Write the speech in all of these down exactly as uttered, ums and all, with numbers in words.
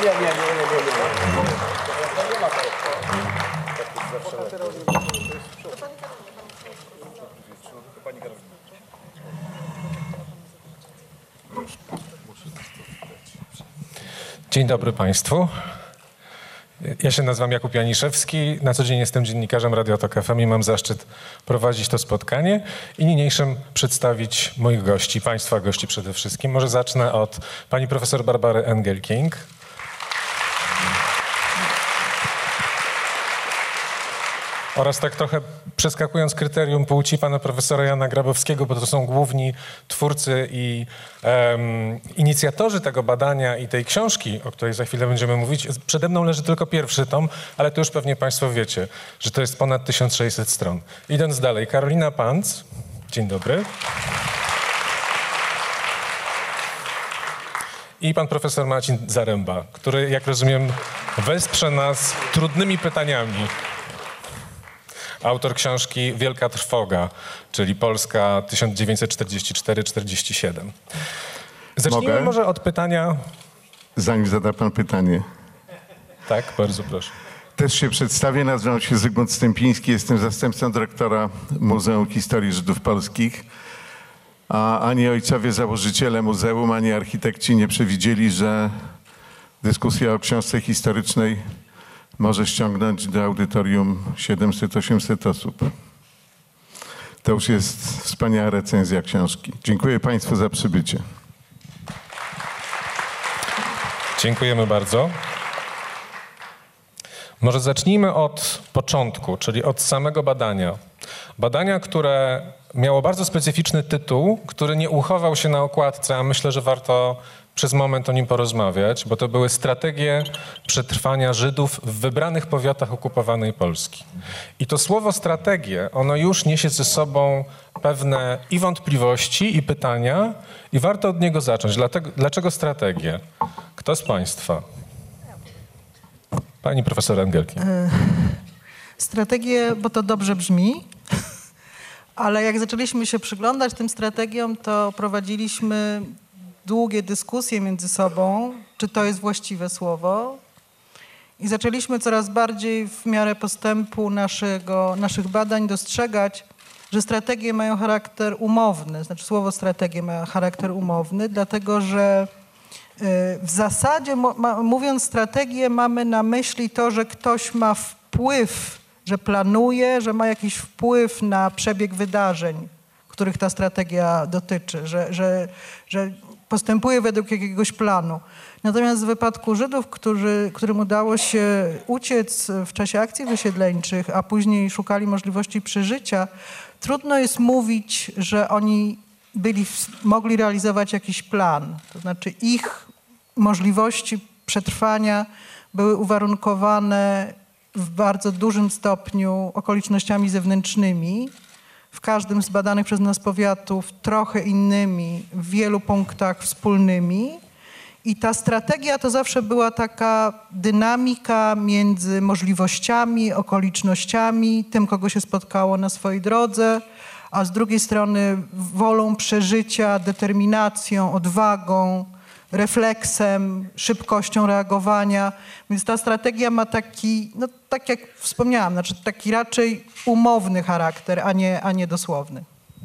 nie, nie, nie, nie, nie, nie. Dzień dobry Państwu. Ja się nazywam Jakub Janiszewski, na co dzień jestem dziennikarzem Radia Tok F M i mam zaszczyt prowadzić to spotkanie i niniejszym przedstawić moich gości, Państwa gości przede wszystkim. Może zacznę od pani profesor Barbary Engelking. Oraz tak trochę przeskakując kryterium płci pana profesora Jana Grabowskiego, bo to są główni twórcy i um, inicjatorzy tego badania i tej książki, o której za chwilę będziemy mówić. Przede mną leży tylko pierwszy tom, ale to już pewnie państwo wiecie, że to jest ponad tysiąc sześćset stron. Idąc dalej, Karolina Panc. Dzień dobry. I pan profesor Marcin Zaręba, który, jak rozumiem, wesprze nas trudnymi pytaniami. Autor książki Wielka Trwoga, czyli Polska tysiąc dziewięćset czterdzieści cztery czterdzieści siedem. Zacznijmy Mogę? może od pytania... Zanim zada pan pytanie. Tak, bardzo proszę. Też się przedstawię, nazywam się Zygmunt Stępiński, jestem zastępcą dyrektora Muzeum Historii Żydów Polskich. A ani ojcowie założyciele muzeum, ani architekci nie przewidzieli, że dyskusja o książce historycznej może ściągnąć do audytorium siedemset osiemset osób. To już jest wspaniała recenzja książki. Dziękuję Państwu za przybycie. Dziękujemy bardzo. Może zacznijmy od początku, czyli od samego badania. Badania, które miało bardzo specyficzny tytuł, który nie uchował się na okładce, a myślę, że warto przez moment o nim porozmawiać, bo to były strategie przetrwania Żydów w wybranych powiatach okupowanej Polski. I to słowo strategie, ono już niesie ze sobą pewne i wątpliwości, i pytania, i warto od niego zacząć. Dlatego, dlaczego strategie? Kto z Państwa? Pani profesor Engelking. Strategie, bo to dobrze brzmi, ale jak zaczęliśmy się przyglądać tym strategiom, to prowadziliśmy długie dyskusje między sobą, czy to jest właściwe słowo. I zaczęliśmy coraz bardziej w miarę postępu naszego, naszych badań dostrzegać, że strategie mają charakter umowny, znaczy słowo strategie ma charakter umowny, dlatego że w zasadzie mówiąc strategię mamy na myśli to, że ktoś ma wpływ, że planuje, że ma jakiś wpływ na przebieg wydarzeń, których ta strategia dotyczy, że, że, że postępuje według jakiegoś planu. Natomiast w wypadku Żydów, którzy, którym udało się uciec w czasie akcji wysiedleńczych, a później szukali możliwości przeżycia, trudno jest mówić, że oni byli, mogli realizować jakiś plan. To znaczy ich możliwości przetrwania były uwarunkowane w bardzo dużym stopniu okolicznościami zewnętrznymi, w każdym z badanych przez nas powiatów trochę innymi, w wielu punktach wspólnymi. I ta strategia to zawsze była taka dynamika między możliwościami, okolicznościami, tym, kogo się spotkało na swojej drodze, a z drugiej strony wolą przeżycia, determinacją, odwagą, refleksem, szybkością reagowania. Więc ta strategia ma taki, no tak jak wspomniałam, znaczy taki raczej umowny charakter, a nie, a nie dosłowny.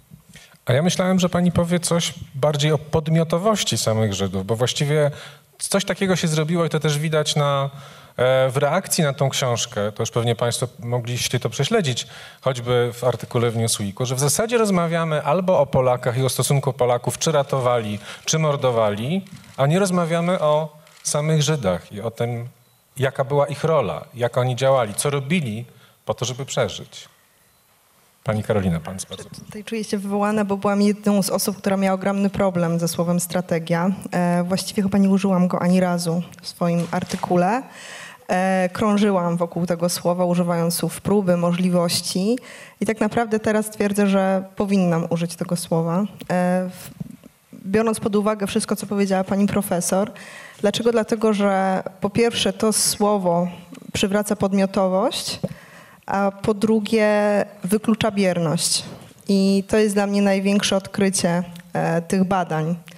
A ja myślałem, że pani powie coś bardziej o podmiotowości samych Żydów, bo właściwie coś takiego się zrobiło i to też widać na, w reakcji na tą książkę, to już pewnie państwo mogliście to prześledzić, choćby w artykule w Newsweeku, że w zasadzie rozmawiamy albo o Polakach i o stosunku Polaków, czy ratowali, czy mordowali, a nie rozmawiamy o samych Żydach i o tym, jaka była ich rola, jak oni działali, co robili po to, żeby przeżyć. Pani Karolina Panc, bardzo. Tutaj czuję się wywołana, bo byłam jedną z osób, która miała ogromny problem ze słowem strategia. E, właściwie chyba nie użyłam go ani razu w swoim artykule. E, krążyłam wokół tego słowa, używając słów próby, możliwości i tak naprawdę teraz twierdzę, że powinnam użyć tego słowa. E, biorąc pod uwagę wszystko, co powiedziała pani profesor. Dlaczego? Dlatego, że po pierwsze to słowo przywraca podmiotowość, a po drugie wyklucza bierność. I to jest dla mnie największe odkrycie e, tych badań.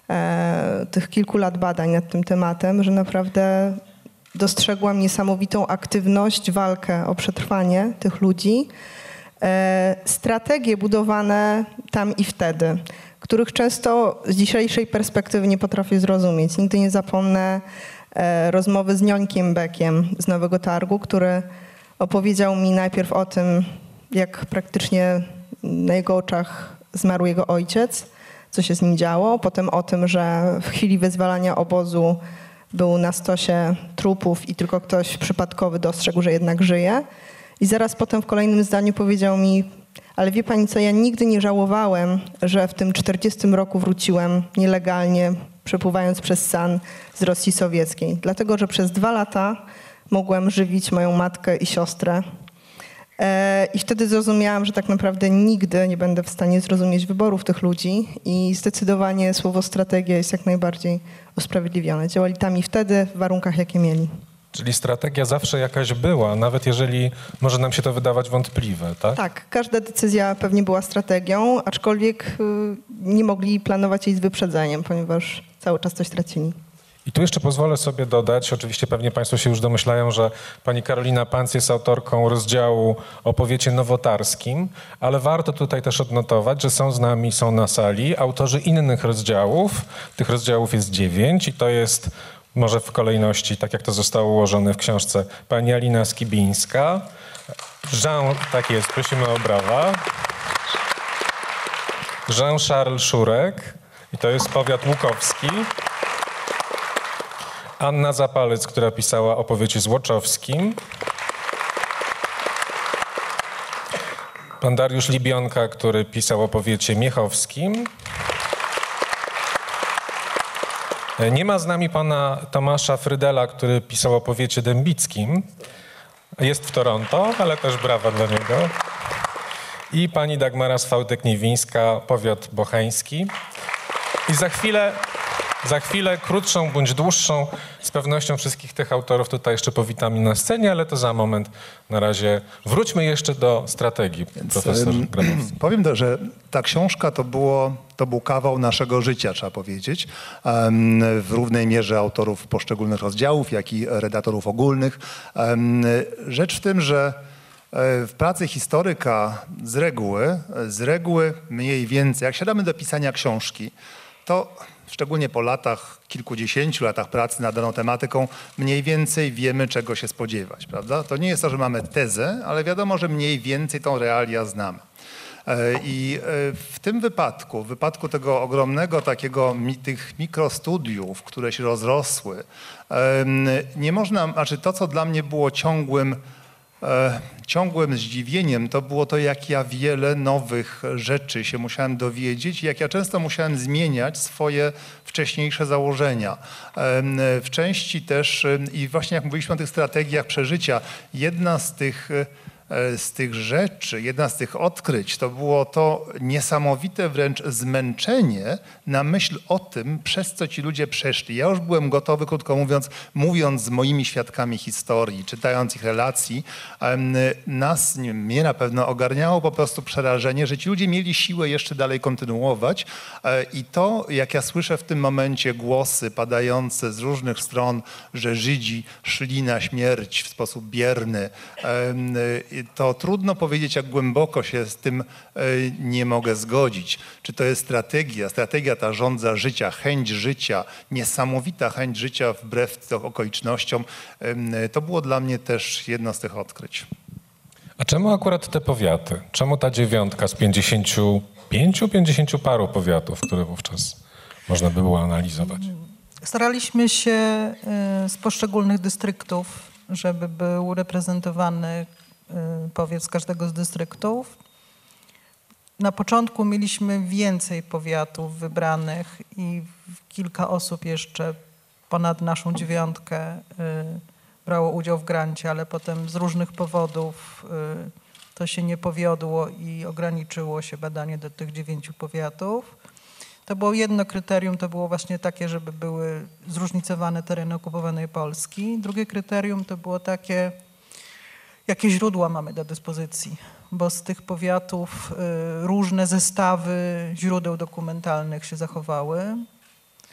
e, tych kilku lat badań nad tym tematem, że naprawdę dostrzegłam niesamowitą aktywność, walkę o przetrwanie tych ludzi, e, strategie budowane tam i wtedy, których często z dzisiejszej perspektywy nie potrafię zrozumieć. Nigdy nie zapomnę e, rozmowy z Niońkiem Bekiem z Nowego Targu, który opowiedział mi najpierw o tym, jak praktycznie na jego oczach zmarł jego ojciec, co się z nim działo, potem o tym, że w chwili wyzwalania obozu był na stosie trupów i tylko ktoś przypadkowy dostrzegł, że jednak żyje. I zaraz potem w kolejnym zdaniu powiedział mi: ale wie pani co, ja nigdy nie żałowałem, że w tym czterdziestym roku wróciłem nielegalnie, przepływając przez San z Rosji Sowieckiej. Dlatego, że przez dwa lata mogłem żywić moją matkę i siostrę. I wtedy zrozumiałam, że tak naprawdę nigdy nie będę w stanie zrozumieć wyborów tych ludzi i zdecydowanie słowo strategia jest jak najbardziej usprawiedliwione. Działali tam i wtedy w warunkach, jakie mieli. Czyli strategia zawsze jakaś była, nawet jeżeli może nam się to wydawać wątpliwe, tak? Tak, każda decyzja pewnie była strategią, aczkolwiek nie mogli planować jej z wyprzedzeniem, ponieważ cały czas coś tracili. I tu jeszcze pozwolę sobie dodać, oczywiście pewnie Państwo się już domyślają, że pani Karolina Panc jest autorką rozdziału o powiecie nowotarskim, ale warto tutaj też odnotować, że są z nami, są na sali autorzy innych rozdziałów. Tych rozdziałów jest dziewięć i to jest może w kolejności, tak jak to zostało ułożone w książce, pani Alina Skibińska, Jean, tak jest, prosimy o brawa, Jean-Charles Szurek i to jest powiat łukowski, Anna Zapalec, która pisała o powiecie złoczowskim, pan Dariusz Libionka, który pisał o powiecie miechowskim. Nie ma z nami pana Tomasza Frydela, który pisał o powiecie dębickim. Jest w Toronto, ale też brawa dla niego. I pani Dagmara Swałtek-Niewińska, powiat bocheński. I za chwilę... Za chwilę, krótszą bądź dłuższą, z pewnością wszystkich tych autorów tutaj jeszcze powitamy na scenie, ale to za moment. Na razie wróćmy jeszcze do strategii, Więc, profesor Grabowski. Powiem, to, że ta książka to, było, to był kawał naszego życia, trzeba powiedzieć. Um, w równej mierze autorów poszczególnych rozdziałów, jak i redaktorów ogólnych. Um, rzecz w tym, że w pracy historyka z reguły, z reguły mniej więcej, jak siadamy do pisania książki, to szczególnie po latach, kilkudziesięciu latach pracy nad daną tematyką, mniej więcej wiemy, czego się spodziewać, prawda? To nie jest to, że mamy tezę, ale wiadomo, że mniej więcej tą realia znamy. I w tym wypadku, w wypadku tego ogromnego takiego, tych mikrostudiów, które się rozrosły, nie można, znaczy to, co dla mnie było ciągłym, ciągłym zdziwieniem, to było to, jak ja wiele nowych rzeczy się musiałem dowiedzieć i jak ja często musiałem zmieniać swoje wcześniejsze założenia. W części też, i właśnie jak mówiliśmy o tych strategiach przeżycia, jedna z tych z tych rzeczy, jedna z tych odkryć, to było to niesamowite wręcz zmęczenie na myśl o tym, przez co ci ludzie przeszli. Ja już byłem gotowy, krótko mówiąc, mówiąc z moimi świadkami historii, czytając ich relacji, nas, mnie na pewno ogarniało po prostu przerażenie, że ci ludzie mieli siłę jeszcze dalej kontynuować i to, jak ja słyszę w tym momencie głosy padające z różnych stron, że Żydzi szli na śmierć w sposób bierny, to trudno powiedzieć, jak głęboko się z tym nie mogę zgodzić. Czy to jest strategia, strategia ta żądza życia, chęć życia, niesamowita chęć życia wbrew tym okolicznościom. To było dla mnie też jedno z tych odkryć. A czemu akurat te powiaty? Czemu ta dziewiątka z pięćdziesięciu pięciu, pięćdziesięciu paru powiatów, które wówczas można by było analizować? Staraliśmy się z poszczególnych dystryktów, żeby był reprezentowany powiat z każdego z dystryktów. Na początku mieliśmy więcej powiatów wybranych i kilka osób jeszcze ponad naszą dziewiątkę brało udział w grancie, ale potem z różnych powodów to się nie powiodło i ograniczyło się badanie do tych dziewięciu powiatów. To było jedno kryterium, to było właśnie takie, żeby były zróżnicowane tereny okupowanej Polski. Drugie kryterium to było takie, jakie źródła mamy do dyspozycji, bo z tych powiatów różne zestawy źródeł dokumentalnych się zachowały.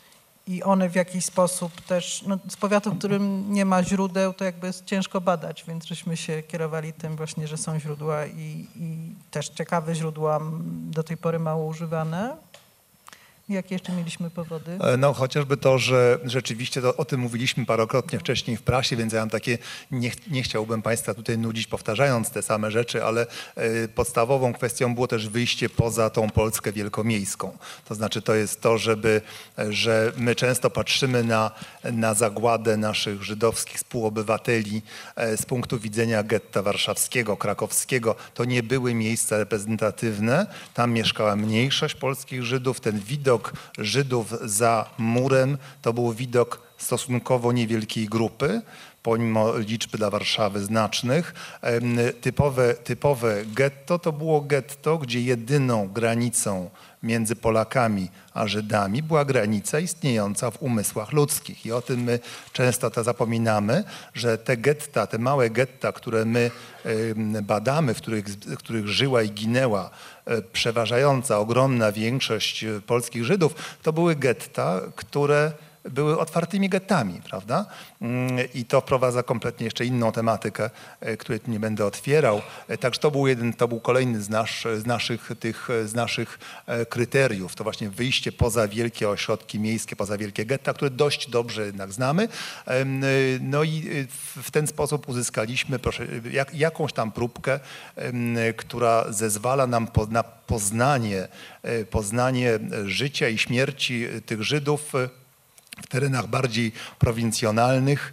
i one w jakiś sposób też, no, z powiatu, w którym nie ma źródeł, to jakby jest ciężko badać, więc żeśmy się kierowali tym właśnie, że są źródła i, i też ciekawe źródła, do tej pory mało używane. Jakie jeszcze mieliśmy powody? No chociażby to, że rzeczywiście to, o tym mówiliśmy parokrotnie wcześniej w prasie, więc ja mam takie, nie, nie chciałbym Państwa tutaj nudzić powtarzając te same rzeczy, ale y, podstawową kwestią było też wyjście poza tą Polskę wielkomiejską. To znaczy to jest to, żeby, że my często patrzymy na, na zagładę naszych żydowskich współobywateli y, z punktu widzenia getta warszawskiego, krakowskiego. To nie były miejsca reprezentatywne, tam mieszkała mniejszość polskich Żydów, ten widok Żydów za murem to był widok stosunkowo niewielkiej grupy, pomimo liczby dla Warszawy znacznych. Typowe, typowe getto to było getto, gdzie jedyną granicą między Polakami a Żydami była granica istniejąca w umysłach ludzkich. I o tym my często to zapominamy, że te getta, te małe getta, które my badamy, w których, w których żyła i ginęła przeważająca, ogromna większość polskich Żydów, to były getta, które były otwartymi gettami, prawda? I to wprowadza kompletnie jeszcze inną tematykę, której tu nie będę otwierał. Także to był jeden, to był kolejny z, nasz, z, naszych, tych, z naszych kryteriów. To właśnie wyjście poza wielkie ośrodki miejskie, poza wielkie getta, które dość dobrze jednak znamy. No i w ten sposób uzyskaliśmy proszę, jak, jakąś tam próbkę, która zezwala nam po, na poznanie, poznanie życia i śmierci tych Żydów w terenach bardziej prowincjonalnych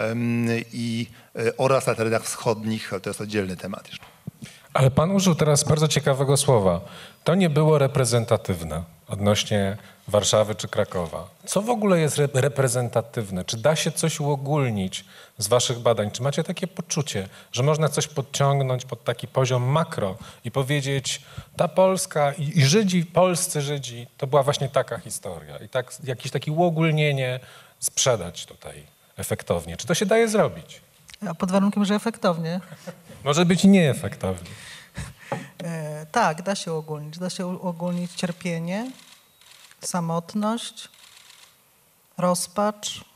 i, oraz na terenach wschodnich, ale to jest oddzielny temat jeszcze. Ale pan użył teraz bardzo ciekawego słowa. To nie było reprezentatywne odnośnie Warszawy czy Krakowa. Co w ogóle jest re- reprezentatywne? Czy da się coś uogólnić z waszych badań? Czy macie takie poczucie, że można coś podciągnąć pod taki poziom makro i powiedzieć, ta Polska i, i Żydzi, polscy Żydzi, to była właśnie taka historia i tak, jakieś takie uogólnienie sprzedać tutaj efektownie. Czy to się daje zrobić? A pod warunkiem, że efektownie. Może być nieefektownie. E, tak, da się uogólnić. Da się uogólnić cierpienie, samotność, rozpacz,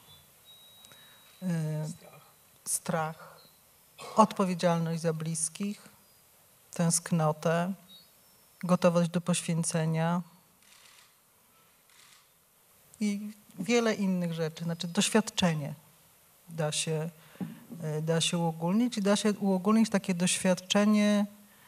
e, strach, odpowiedzialność za bliskich, tęsknotę, gotowość do poświęcenia i wiele innych rzeczy. Znaczy doświadczenie da się, da się uogólnić i da się uogólnić takie doświadczenie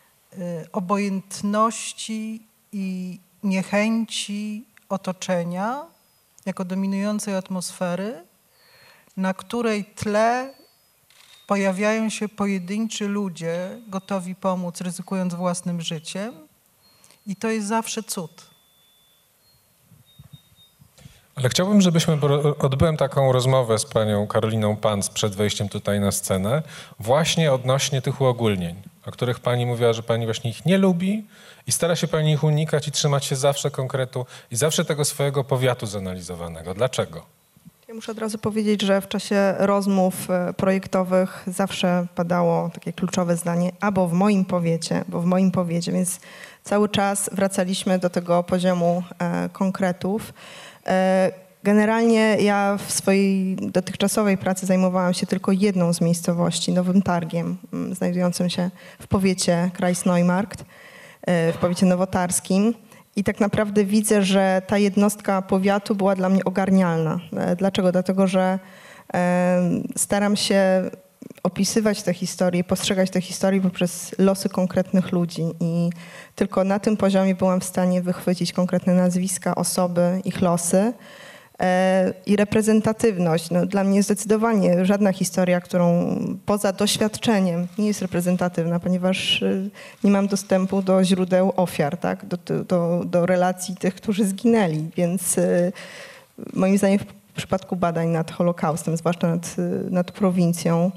obojętności i niechęci otoczenia jako dominującej atmosfery, na której tle pojawiają się pojedynczy ludzie gotowi pomóc, ryzykując własnym życiem. I to jest zawsze cud. Ale chciałbym, żebyśmy, bo odbyłem taką rozmowę z panią Karoliną Panc przed wejściem tutaj na scenę, właśnie odnośnie tych uogólnień, o których pani mówiła, że pani właśnie ich nie lubi i stara się pani ich unikać i trzymać się zawsze konkretu i zawsze tego swojego powiatu zanalizowanego. Dlaczego? Ja muszę od razu powiedzieć, że w czasie rozmów projektowych zawsze padało takie kluczowe zdanie, albo w moim powiecie, bo w moim powiecie, więc cały czas wracaliśmy do tego poziomu e, konkretów. E, generalnie ja w swojej dotychczasowej pracy zajmowałam się tylko jedną z miejscowości, Nowym Targiem, m, znajdującym się w powiecie Kreis-Neumarkt, e, w powiecie nowotarskim. I tak naprawdę widzę, że ta jednostka powiatu była dla mnie ogarnialna. Dlaczego? Dlatego, że e, staram się opisywać te historie, postrzegać te historie poprzez losy konkretnych ludzi i tylko na tym poziomie byłam w stanie wychwycić konkretne nazwiska, osoby, ich losy e, i reprezentatywność. No, dla mnie zdecydowanie żadna historia, którą poza doświadczeniem nie jest reprezentatywna, ponieważ e, nie mam dostępu do źródeł ofiar, tak? do, do, do relacji tych, którzy zginęli, więc e, moim zdaniem w przypadku badań nad Holokaustem, zwłaszcza nad, nad prowincją,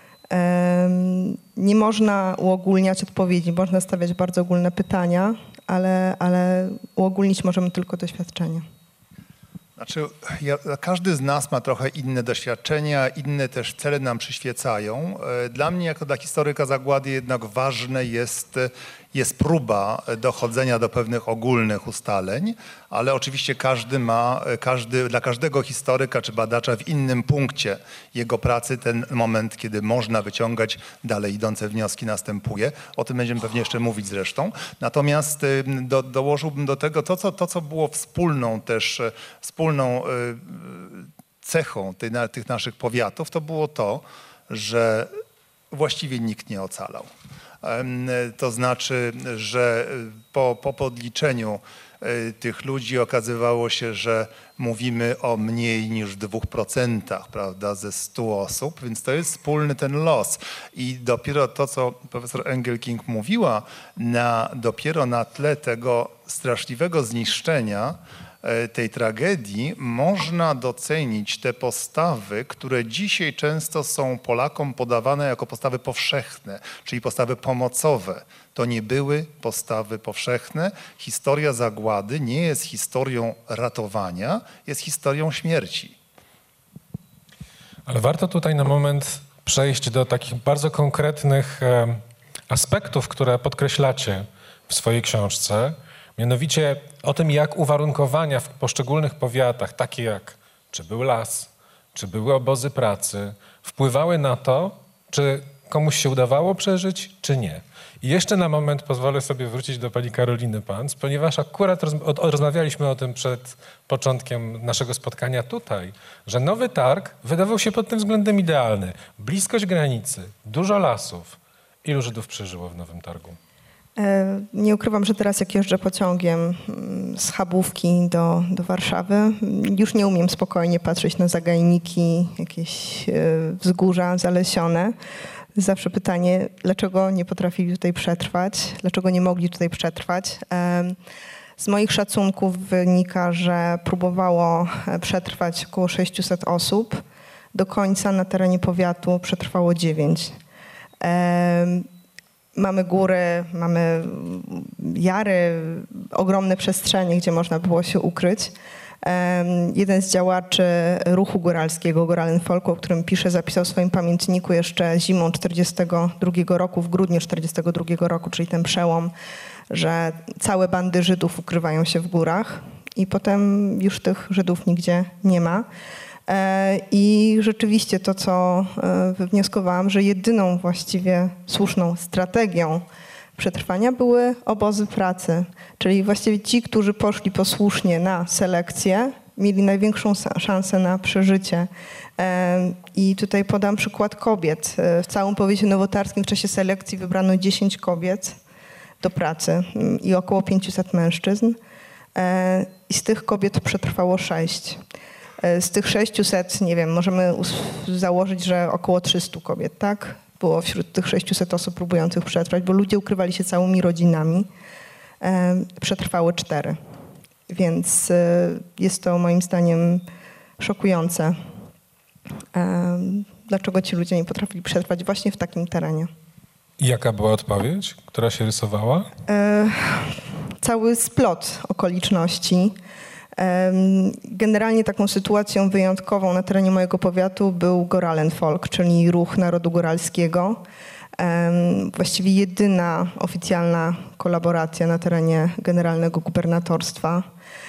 nie można uogólniać odpowiedzi, można stawiać bardzo ogólne pytania, ale, ale uogólnić możemy tylko doświadczenie. Znaczy, ja, każdy z nas ma trochę inne doświadczenia, inne też cele nam przyświecają. Dla mnie, jako dla historyka zagłady, jednak ważne jest, jest próba dochodzenia do pewnych ogólnych ustaleń, ale oczywiście każdy ma, każdy, dla każdego historyka czy badacza w innym punkcie jego pracy ten moment, kiedy można wyciągać dalej idące wnioski, następuje. O tym będziemy pewnie jeszcze mówić zresztą. Natomiast do, dołożyłbym do tego to, co, to, co było wspólną też, wspólną cechą tej, tych naszych powiatów, to było to, że właściwie nikt nie ocalał. To znaczy, że po, po podliczeniu tych ludzi okazywało się, że mówimy o mniej niż dwóch procentach, prawda, ze stu osób, więc to jest wspólny ten los. I dopiero to, co profesor Engelking mówiła, na, dopiero na tle tego straszliwego zniszczenia tej tragedii można docenić te postawy, które dzisiaj często są Polakom podawane jako postawy powszechne, czyli postawy pomocowe. To nie były postawy powszechne. Historia zagłady nie jest historią ratowania, jest historią śmierci. Ale warto tutaj na moment przejść do takich bardzo konkretnych e, aspektów, które podkreślacie w swojej książce. Mianowicie o tym, jak uwarunkowania w poszczególnych powiatach, takie jak czy był las, czy były obozy pracy, wpływały na to, czy komuś się udawało przeżyć, czy nie. I jeszcze na moment pozwolę sobie wrócić do pani Karoliny Panc, ponieważ akurat roz, o, rozmawialiśmy o tym przed początkiem naszego spotkania tutaj, że Nowy Targ wydawał się pod tym względem idealny. Bliskość granicy, dużo lasów. Ilu Żydów przeżyło w Nowym Targu? Nie ukrywam, że teraz jak jeżdżę pociągiem z Chabówki do, do Warszawy, już nie umiem spokojnie patrzeć na zagajniki, jakieś wzgórza zalesione. Zawsze pytanie, dlaczego nie potrafili tutaj przetrwać, dlaczego nie mogli tutaj przetrwać. Z moich szacunków wynika, że próbowało przetrwać około sześciuset osób. Do końca na terenie powiatu przetrwało dziewięć. Mamy góry, mamy jary, ogromne przestrzenie, gdzie można było się ukryć. Jeden z działaczy ruchu góralskiego, Góralen Folku, o którym piszę, zapisał w swoim pamiętniku jeszcze zimą czterdziestego drugiego roku, w grudniu czterdziestego drugiego roku, czyli ten przełom, że całe bandy Żydów ukrywają się w górach i potem już tych Żydów nigdzie nie ma. I rzeczywiście to, co wywnioskowałam, że jedyną właściwie słuszną strategią przetrwania były obozy pracy. Czyli właściwie ci, którzy poszli posłusznie na selekcję, mieli największą szansę na przeżycie. I tutaj podam przykład kobiet. W całym powiecie nowotarskim w czasie selekcji wybrano dziesięć kobiet do pracy i około pięciuset mężczyzn. I z tych kobiet przetrwało sześć. Z tych sześciuset, nie wiem, możemy założyć, że około trzystu kobiet, tak? Było wśród tych sześciuset osób próbujących przetrwać, bo ludzie ukrywali się całymi rodzinami. Przetrwały cztery. Więc jest to moim zdaniem szokujące. Dlaczego ci ludzie nie potrafili przetrwać właśnie w takim terenie? I jaka była odpowiedź, która się rysowała? Cały splot okoliczności. Generalnie taką sytuacją wyjątkową na terenie mojego powiatu był Góralen Folk, czyli ruch narodu góralskiego. Właściwie jedyna oficjalna kolaboracja na terenie generalnego gubernatorstwa,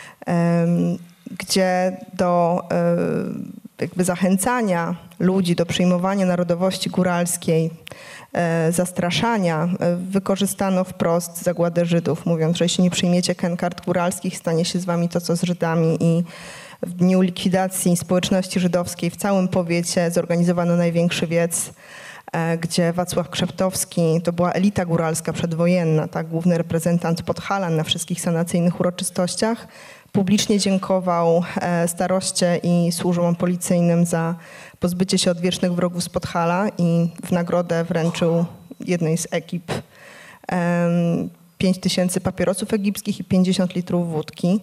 gdzie do jakby zachęcania ludzi do przyjmowania narodowości góralskiej, zastraszania, wykorzystano wprost zagładę Żydów, mówiąc, że jeśli nie przyjmiecie kenkart góralskich, stanie się z wami to, co z Żydami. I w dniu likwidacji społeczności żydowskiej w całym powiecie zorganizowano największy wiec, gdzie Wacław Krzeptowski, to była elita góralska przedwojenna, tak, główny reprezentant Podhalan na wszystkich sanacyjnych uroczystościach, publicznie dziękował staroście i służbom policyjnym za pozbycie się odwiecznych wrogów z Podhala i w nagrodę wręczył jednej z ekip pięć tysięcy papierosów egipskich i pięćdziesiąt litrów wódki.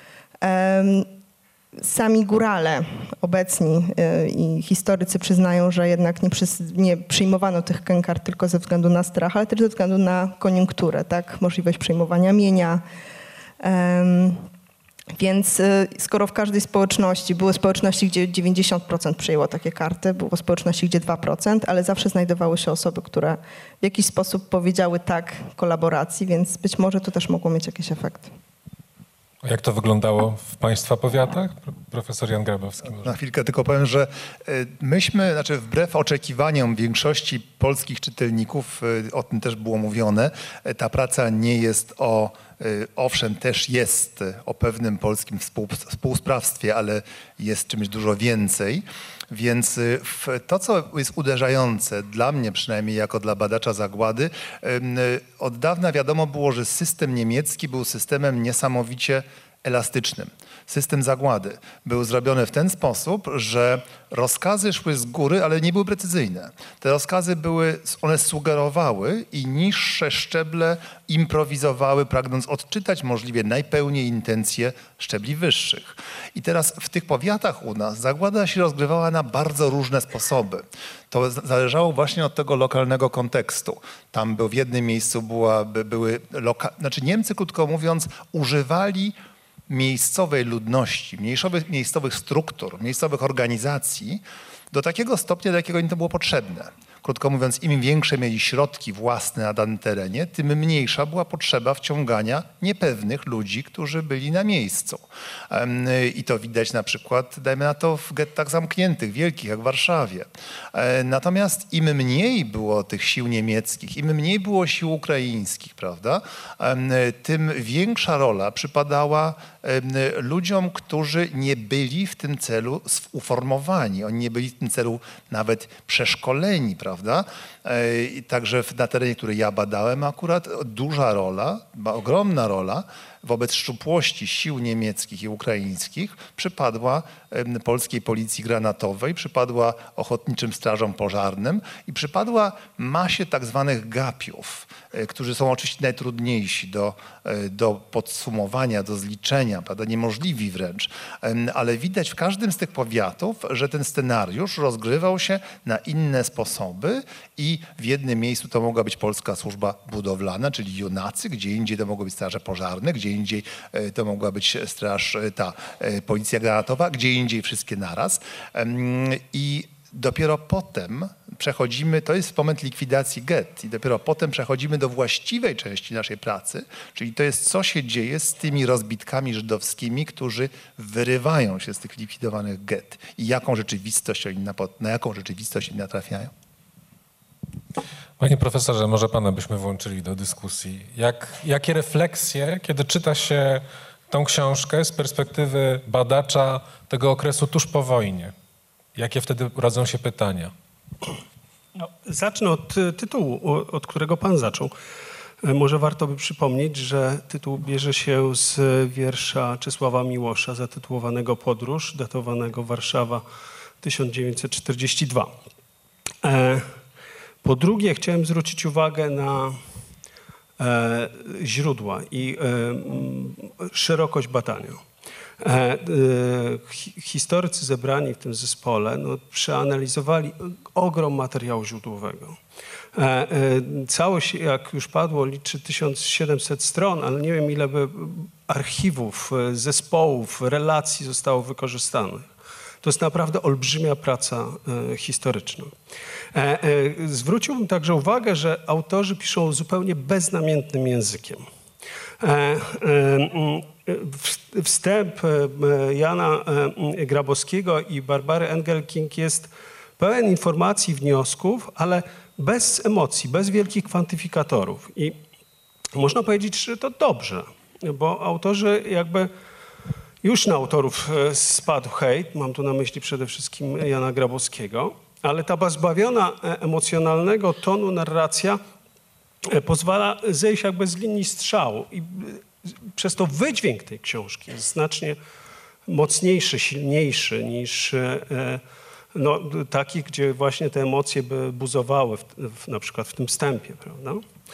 Sami górale obecni i historycy przyznają, że jednak nie, przy, nie przyjmowano tych kenkart tylko ze względu na strach, ale też ze względu na koniunkturę, tak? Możliwość przyjmowania mienia. Więc y, skoro w każdej społeczności, były społeczności, gdzie dziewięćdziesiąt procent przyjęło takie karty, było społeczności, gdzie dwa procent, ale zawsze znajdowały się osoby, które w jakiś sposób powiedziały tak kolaboracji, więc być może to też mogło mieć jakiś efekt. A jak to wyglądało w państwa powiatach? Profesor Jan Grabowski może. Na chwilkę tylko powiem, że y, myśmy, znaczy wbrew oczekiwaniom większości polskich czytelników, y, o tym też było mówione, y, ta praca nie jest o, y, owszem też jest o pewnym polskim współ, współsprawstwie, ale jest czymś dużo więcej. Więc y, w to, co jest uderzające dla mnie przynajmniej jako dla badacza zagłady, y, y, od dawna wiadomo było, że system niemiecki był systemem niesamowicie elastycznym. System zagłady był zrobiony w ten sposób, że rozkazy szły z góry, ale nie były precyzyjne. Te rozkazy były, one sugerowały i niższe szczeble improwizowały, pragnąc odczytać możliwie najpełniej intencje szczebli wyższych. I teraz w tych powiatach u nas zagłada się rozgrywała na bardzo różne sposoby. To zależało właśnie od tego lokalnego kontekstu. Tam był, w jednym miejscu była, by, były loka, znaczy Niemcy, krótko mówiąc, używali miejscowej ludności, miejscowych, miejscowych struktur, miejscowych organizacji do takiego stopnia, do jakiego im to było potrzebne. Krótko mówiąc, im większe mieli środki własne na danym terenie, tym mniejsza była potrzeba wciągania niepewnych ludzi, którzy byli na miejscu. I to widać na przykład, dajmy na to, w gettach zamkniętych, wielkich, jak w Warszawie. Natomiast im mniej było tych sił niemieckich, im mniej było sił ukraińskich, prawda, tym większa rola przypadała ludziom, którzy nie byli w tym celu uformowani. Oni nie byli w tym celu nawet przeszkoleni, prawda? Także na terenie, który ja badałem, akurat duża rola, ogromna rola wobec szczupłości sił niemieckich i ukraińskich przypadła polskiej policji granatowej, przypadła ochotniczym strażom pożarnym i przypadła masie tak zwanych gapiów, którzy są oczywiście najtrudniejsi do, do podsumowania, do zliczenia, prawda, niemożliwi wręcz, ale widać w każdym z tych powiatów, że ten scenariusz rozgrywał się na inne sposoby i w jednym miejscu to mogła być polska służba budowlana, czyli junacy, gdzie indziej to mogły być straże pożarne, gdzie indziej to mogła być straż, ta policja granatowa, gdzie indziej wszystkie naraz. I dopiero potem przechodzimy, to jest moment likwidacji gett i dopiero potem przechodzimy do właściwej części naszej pracy, czyli to jest, co się dzieje z tymi rozbitkami żydowskimi, którzy wyrywają się z tych likwidowanych gett i jaką rzeczywistość oni na, na jaką rzeczywistość oni natrafiają. Panie profesorze, może pana byśmy włączyli do dyskusji. Jak, jakie refleksje, kiedy czyta się tą książkę z perspektywy badacza tego okresu tuż po wojnie? Jakie wtedy rodzą się pytania? No, zacznę od tytułu, od którego pan zaczął. Może warto by przypomnieć, że tytuł bierze się z wiersza Czesława Miłosza zatytułowanego Podróż, datowanego Warszawa tysiąc dziewięćset czterdziesty drugi. Po drugie, chciałem zwrócić uwagę na e, źródła i e, szerokość badania. E, e, historycy zebrani w tym zespole no, przeanalizowali ogrom materiału źródłowego. E, e, całość, jak już padło, liczy tysiąc siedemset stron, ale nie wiem, ile by archiwów, zespołów, relacji zostało wykorzystanych. To jest naprawdę olbrzymia praca e, historyczna. E, e, zwróciłbym także uwagę, że autorzy piszą zupełnie beznamiętnym językiem. E, e, w, wstęp e, Jana e, Grabowskiego i Barbary Engelking jest pełen informacji, wniosków, ale bez emocji, bez wielkich kwantyfikatorów. I można powiedzieć, że to dobrze, bo autorzy jakby już na autorów spadł hejt, mam tu na myśli przede wszystkim Jana Grabowskiego, ale ta pozbawiona emocjonalnego tonu narracja pozwala zejść jakby z linii strzału i przez to wydźwięk tej książki jest znacznie mocniejszy, silniejszy niż no, taki, gdzie właśnie te emocje by buzowały w, w, na przykład w tym wstępie, prawda?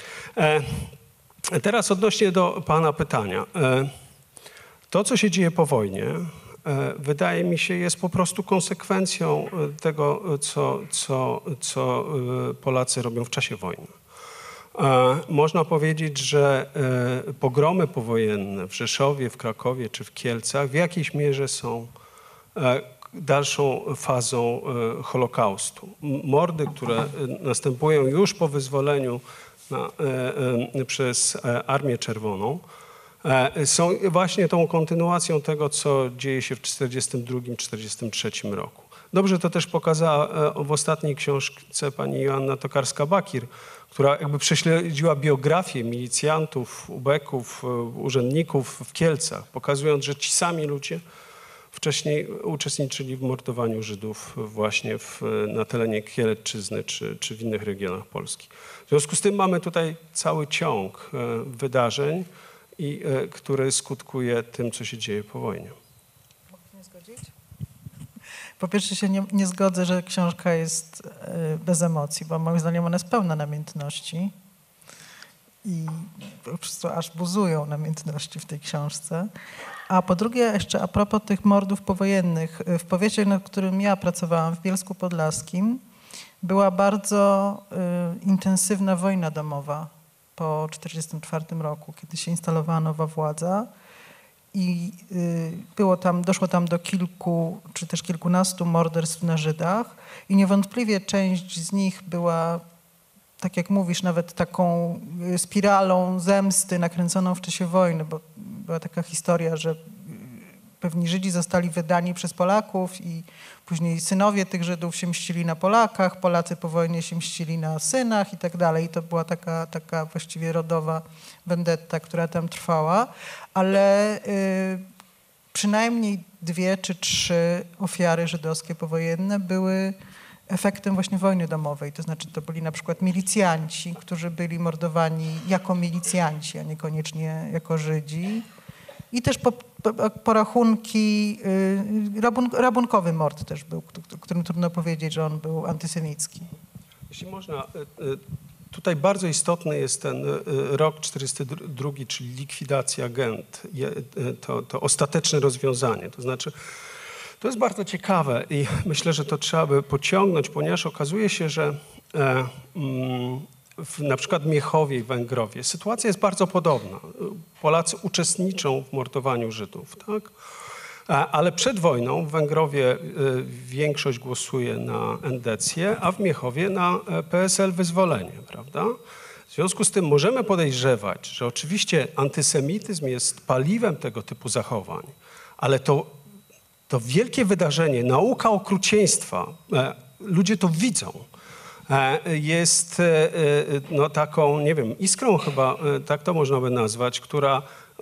E, teraz odnośnie do pana pytania. E, To, co się dzieje po wojnie, wydaje mi się, jest po prostu konsekwencją tego, co, co, co Polacy robią w czasie wojny. Można powiedzieć, że pogromy powojenne w Rzeszowie, w Krakowie czy w Kielcach w jakiejś mierze są dalszą fazą Holokaustu. Mordy, które następują już po wyzwoleniu na, przez Armię Czerwoną, są właśnie tą kontynuacją tego, co dzieje się w czterdziestym drugim czterdziestym trzecim roku. Dobrze to też pokazała w ostatniej książce pani Joanna Tokarska-Bakir, która jakby prześledziła biografię milicjantów, ubeków, urzędników w Kielcach, pokazując, że ci sami ludzie wcześniej uczestniczyli w mordowaniu Żydów właśnie w, na terenie Kielecczyzny czy, czy w innych regionach Polski. W związku z tym mamy tutaj cały ciąg wydarzeń, i, który skutkuje tym, co się dzieje po wojnie. Po pierwsze się nie, nie zgodzę, że książka jest bez emocji, bo moim zdaniem ona jest pełna namiętności i po prostu aż buzują namiętności w tej książce. A po drugie jeszcze a propos tych mordów powojennych. W powiecie, nad którym ja pracowałam w Bielsku Podlaskim, była bardzo y, intensywna wojna domowa po tysiąc dziewięćset czterdziestym czwartym roku, kiedy się instalowała nowa władza. I y, było tam, doszło tam do kilku, czy też kilkunastu morderstw na Żydach i niewątpliwie część z nich była, tak jak mówisz, nawet taką spiralą zemsty nakręconą w czasie wojny, bo była taka historia, że pewni Żydzi zostali wydani przez Polaków i później synowie tych Żydów się mścili na Polakach, Polacy po wojnie się mścili na synach i tak dalej. I to była taka, taka właściwie rodowa vendetta, która tam trwała, ale y, przynajmniej dwie czy trzy ofiary żydowskie powojenne były efektem właśnie wojny domowej. To znaczy to byli na przykład milicjanci, którzy byli mordowani jako milicjanci, a niekoniecznie jako Żydzi. I też po, po, porachunki, y, rabun, rabunkowy mord też był, którym trudno powiedzieć, że on był antysemicki. Jeśli można, tutaj bardzo istotny jest ten rok czterdziesty drugi, czyli likwidacja Gent, to, to ostateczne rozwiązanie. To znaczy, to jest bardzo ciekawe i myślę, że to trzeba by pociągnąć, ponieważ okazuje się, że e, mm, w na przykład Miechowie i Węgrowie sytuacja jest bardzo podobna. Polacy uczestniczą w mordowaniu Żydów, tak? Ale przed wojną w Węgrowie większość głosuje na endecję, a w Miechowie na P S L Wyzwolenie, prawda? W związku z tym możemy podejrzewać, że oczywiście antysemityzm jest paliwem tego typu zachowań, ale to, to wielkie wydarzenie, nauka okrucieństwa, ludzie to widzą, jest no, taką, nie wiem, iskrą chyba, tak to można by nazwać, która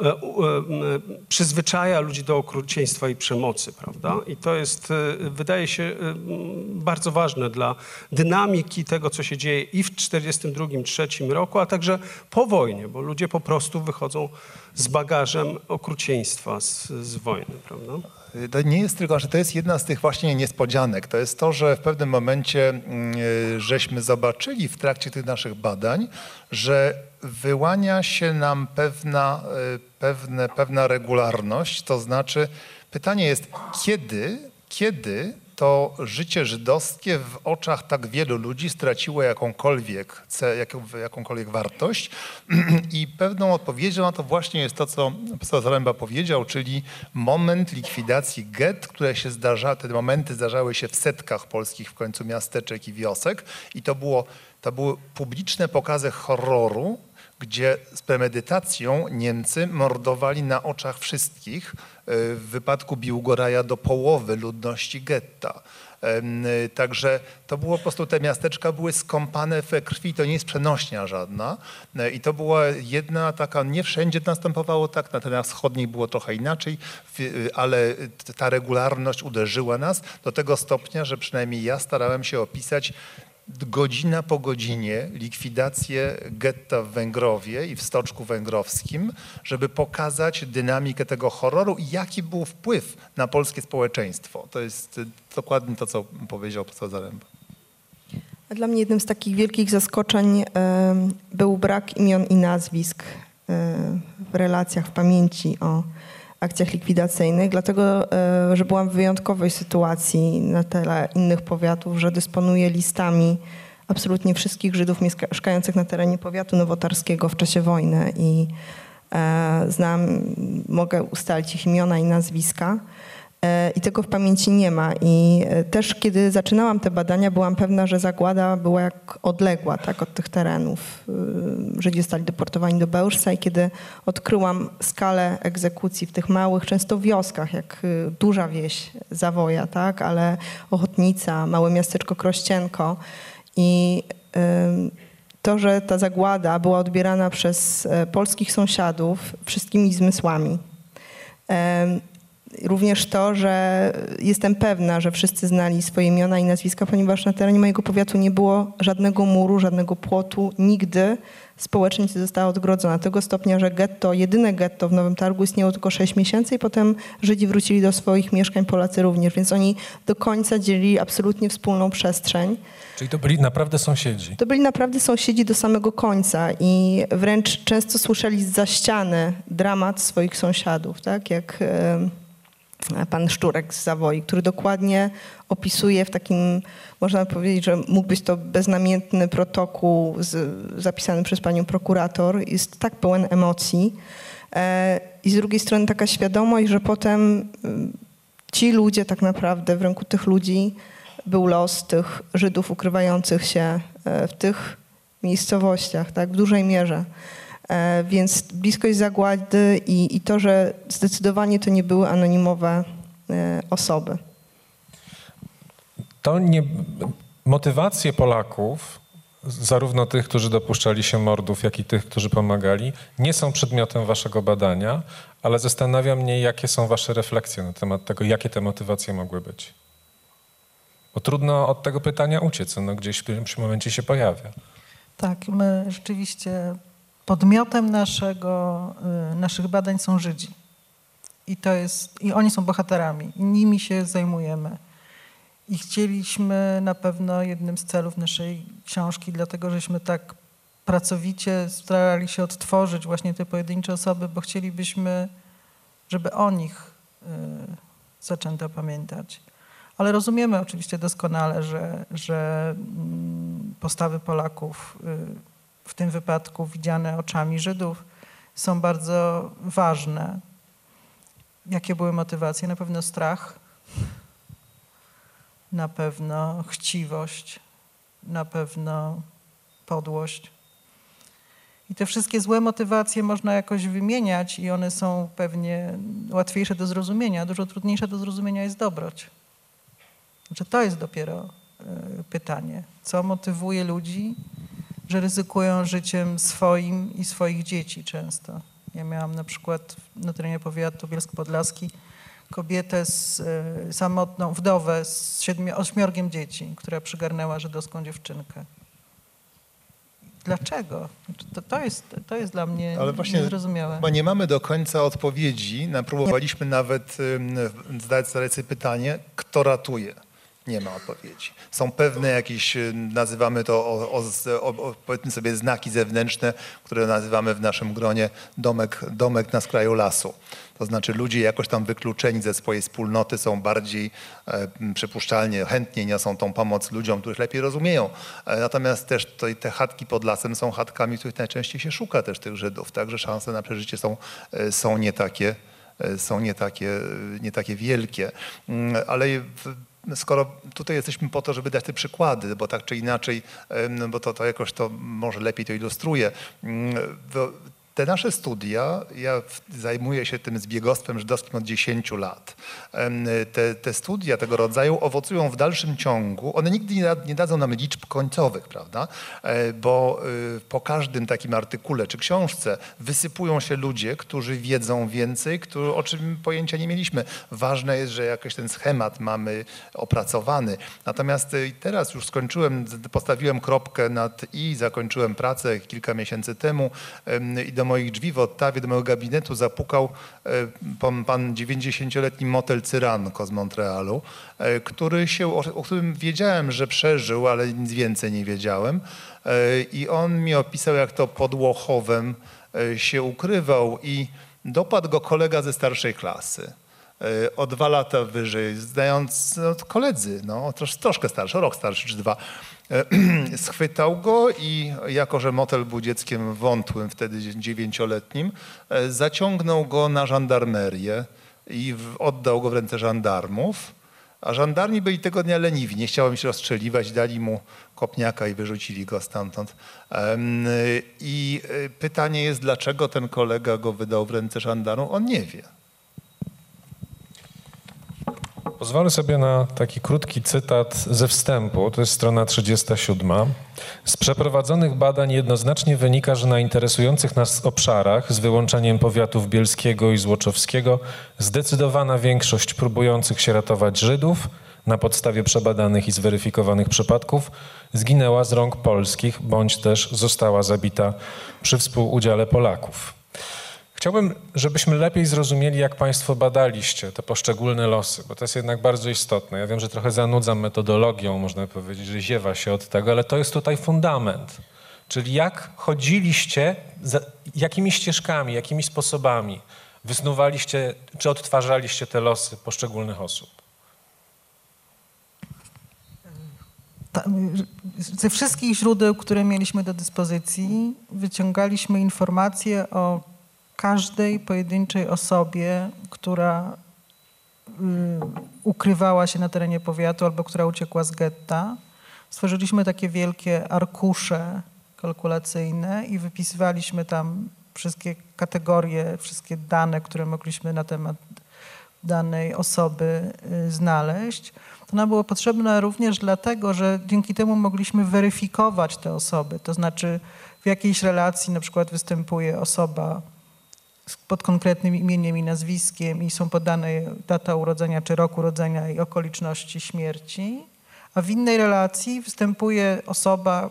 przyzwyczaja ludzi do okrucieństwa i przemocy, prawda? I to jest, wydaje się, bardzo ważne dla dynamiki tego, co się dzieje i w czterdziestym drugim trzecim roku, a także po wojnie, bo ludzie po prostu wychodzą z bagażem okrucieństwa z, z wojny, prawda? To nie jest tylko, że to jest jedna z tych właśnie niespodzianek. To jest to, że w pewnym momencie y, żeśmy zobaczyli w trakcie tych naszych badań, że wyłania się nam pewna, y, pewne, pewna regularność. To znaczy pytanie jest, kiedy, kiedy to życie żydowskie w oczach tak wielu ludzi straciło jakąkolwiek, jaką, jakąkolwiek wartość i pewną odpowiedzią na to właśnie jest to, co profesor Zaręba powiedział, czyli moment likwidacji gett, które się zdarzały, te momenty zdarzały się w setkach polskich w końcu miasteczek i wiosek i to, było, to były publiczne pokazy horroru, gdzie z premedytacją Niemcy mordowali na oczach wszystkich, w wypadku Biłgoraja do połowy ludności getta. Także to było po prostu, te miasteczka były skąpane we krwi, to nie jest przenośnia żadna. I to była jedna taka, nie wszędzie następowało tak, na terenach wschodnich było trochę inaczej, ale ta regularność uderzyła nas do tego stopnia, że przynajmniej ja starałem się opisać godzina po godzinie likwidację getta w Węgrowie i w Stoczku Węgrowskim, żeby pokazać dynamikę tego horroru i jaki był wpływ na polskie społeczeństwo. To jest dokładnie to, co powiedział profesor Zaręba. Dla mnie jednym z takich wielkich zaskoczeń y, był brak imion i nazwisk y, w relacjach, w pamięci o akcjach likwidacyjnych, dlatego, że byłam w wyjątkowej sytuacji na tle innych powiatów, że dysponuję listami absolutnie wszystkich Żydów mieszkających na terenie powiatu nowotarskiego w czasie wojny i e, znam, mogę ustalić ich imiona i nazwiska. I tego w pamięci nie ma. I też kiedy zaczynałam te badania, byłam pewna, że zagłada była jak odległa, tak, od tych terenów. Żydzi zostali deportowani do Bełżca i kiedy odkryłam skalę egzekucji w tych małych, często wioskach, jak duża wieś Zawoja, tak, ale Ochotnica, małe miasteczko Krościenko i to, że ta zagłada była odbierana przez polskich sąsiadów wszystkimi zmysłami. Również to, że jestem pewna, że wszyscy znali swoje imiona i nazwiska, ponieważ na terenie mojego powiatu nie było żadnego muru, żadnego płotu. Nigdy społeczność nie została odgrodzona. Do tego stopnia, że getto, jedyne getto w Nowym Targu istniało tylko sześć miesięcy i potem Żydzi wrócili do swoich mieszkań, Polacy również. Więc oni do końca dzielili absolutnie wspólną przestrzeń. Czyli to byli naprawdę sąsiedzi? To byli naprawdę sąsiedzi do samego końca i wręcz często słyszeli zza ściany dramat swoich sąsiadów, tak? Jak pan Szczurek z Zawoi, który dokładnie opisuje w takim, można powiedzieć, że mógł być to beznamiętny protokół z, zapisany przez panią prokurator. Jest tak pełen emocji. E, I z drugiej strony taka świadomość, że potem ci ludzie tak naprawdę, w ręku tych ludzi był los tych Żydów ukrywających się w tych miejscowościach, tak, w dużej mierze. Więc bliskość zagłady i, i to, że zdecydowanie to nie były anonimowe osoby. To nie, motywacje Polaków, zarówno tych, którzy dopuszczali się mordów, jak i tych, którzy pomagali, nie są przedmiotem waszego badania, ale zastanawia mnie, jakie są wasze refleksje na temat tego, jakie te motywacje mogły być. Bo trudno od tego pytania uciec, ono gdzieś w którymś momencie się pojawia. Tak, my rzeczywiście... Podmiotem naszego, naszych badań są Żydzi. I to jest, i oni są bohaterami. I nimi się zajmujemy. I chcieliśmy na pewno jednym z celów naszej książki, dlatego żeśmy tak pracowicie starali się odtworzyć właśnie te pojedyncze osoby, bo chcielibyśmy, żeby o nich y, zaczęto pamiętać. Ale rozumiemy oczywiście doskonale, że, że y, postawy Polaków y, w tym wypadku widziane oczami Żydów, są bardzo ważne. Jakie były motywacje? Na pewno strach, na pewno chciwość, na pewno podłość. I te wszystkie złe motywacje można jakoś wymieniać i one są pewnie łatwiejsze do zrozumienia. Dużo trudniejsze do zrozumienia jest dobroć. Znaczy, to jest dopiero y, pytanie. Co motywuje ludzi, że ryzykują życiem swoim i swoich dzieci często. Ja miałam na przykład na terenie powiatu Bielsko-Podlaski kobietę z, y, samotną, wdowę z siedmiu, ośmiorgiem dzieci, która przygarnęła żydowską dziewczynkę. Dlaczego? To, to, jest, to jest dla mnie Ale właśnie niezrozumiałe. Chyba nie mamy do końca odpowiedzi. Próbowaliśmy nawet y, zdać sobie pytanie, kto ratuje. Nie ma odpowiedzi. Są pewne jakieś, nazywamy to, o, o, o, powiedzmy sobie, znaki zewnętrzne, które nazywamy w naszym gronie domek, domek na skraju lasu. To znaczy ludzie jakoś tam wykluczeni ze swojej wspólnoty są bardziej e, przypuszczalnie, chętnie niosą tą pomoc ludziom, których lepiej rozumieją. E, natomiast też to, te chatki pod lasem są chatkami, w których najczęściej się szuka też tych Żydów. Także szanse na przeżycie są, e, są nie takie, e, są nie takie, nie takie wielkie. Mm, ale w, skoro tutaj jesteśmy po to, żeby dać te przykłady, bo tak czy inaczej, bo to, to jakoś to może lepiej to ilustruje. Te nasze studia, ja zajmuję się tym zbiegostwem żydowskim od dziesięciu lat. Te, te studia tego rodzaju owocują w dalszym ciągu. One nigdy nie, da, nie dadzą nam liczb końcowych, prawda? Bo po każdym takim artykule czy książce wysypują się ludzie, którzy wiedzą więcej, którzy, o czym pojęcia nie mieliśmy. Ważne jest, że jakiś ten schemat mamy opracowany. Natomiast teraz już skończyłem, postawiłem kropkę nad i, zakończyłem pracę kilka miesięcy temu i do moich drzwi w Ottawie, do mojego gabinetu zapukał pan, pan dziewięćdziesięcioletni motel Cyranko z Montrealu, który się, o którym wiedziałem, że przeżył, ale nic więcej nie wiedziałem. I on mi opisał, jak to pod Łochowem się ukrywał i dopadł go kolega ze starszej klasy. e, o dwa lata wyżej, zdając no, koledzy, no, trosz, troszkę starszy, rok starszy czy dwa, e, schwytał go i jako, że Motel był dzieckiem wątłym, wtedy dziewięcioletnim, e, zaciągnął go na żandarmerię i w, oddał go w ręce żandarmów. A żandarmi byli tego dnia leniwi, nie chciało mi się rozstrzeliwać, dali mu kopniaka i wyrzucili go stamtąd. I pytanie jest, dlaczego ten kolega go wydał w ręce żandarmów? On nie wie. Pozwolę sobie na taki krótki cytat ze wstępu, to jest strona trzydziesta siódma. Z przeprowadzonych badań jednoznacznie wynika, że na interesujących nas obszarach, z wyłączeniem powiatów bielskiego i złoczowskiego, zdecydowana większość próbujących się ratować Żydów na podstawie przebadanych i zweryfikowanych przypadków zginęła z rąk polskich, bądź też została zabita przy współudziale Polaków. Chciałbym, żebyśmy lepiej zrozumieli, jak państwo badaliście te poszczególne losy, bo to jest jednak bardzo istotne. Ja wiem, że trochę zanudzam metodologią, można powiedzieć, że ziewa się od tego, ale to jest tutaj fundament. Czyli jak chodziliście, za, jakimi ścieżkami, jakimi sposobami wysnuwaliście, czy odtwarzaliście te losy poszczególnych osób? Ze wszystkich źródeł, które mieliśmy do dyspozycji, wyciągaliśmy informacje o każdej pojedynczej osobie, która y, ukrywała się na terenie powiatu albo która uciekła z getta. Stworzyliśmy takie wielkie arkusze kalkulacyjne i wypisywaliśmy tam wszystkie kategorie, wszystkie dane, które mogliśmy na temat danej osoby y, znaleźć. To nam było potrzebne również dlatego, że dzięki temu mogliśmy weryfikować te osoby. To znaczy w jakiejś relacji na przykład występuje osoba pod konkretnym imieniem i nazwiskiem i są podane data urodzenia czy rok urodzenia i okoliczności śmierci, a w innej relacji występuje osoba,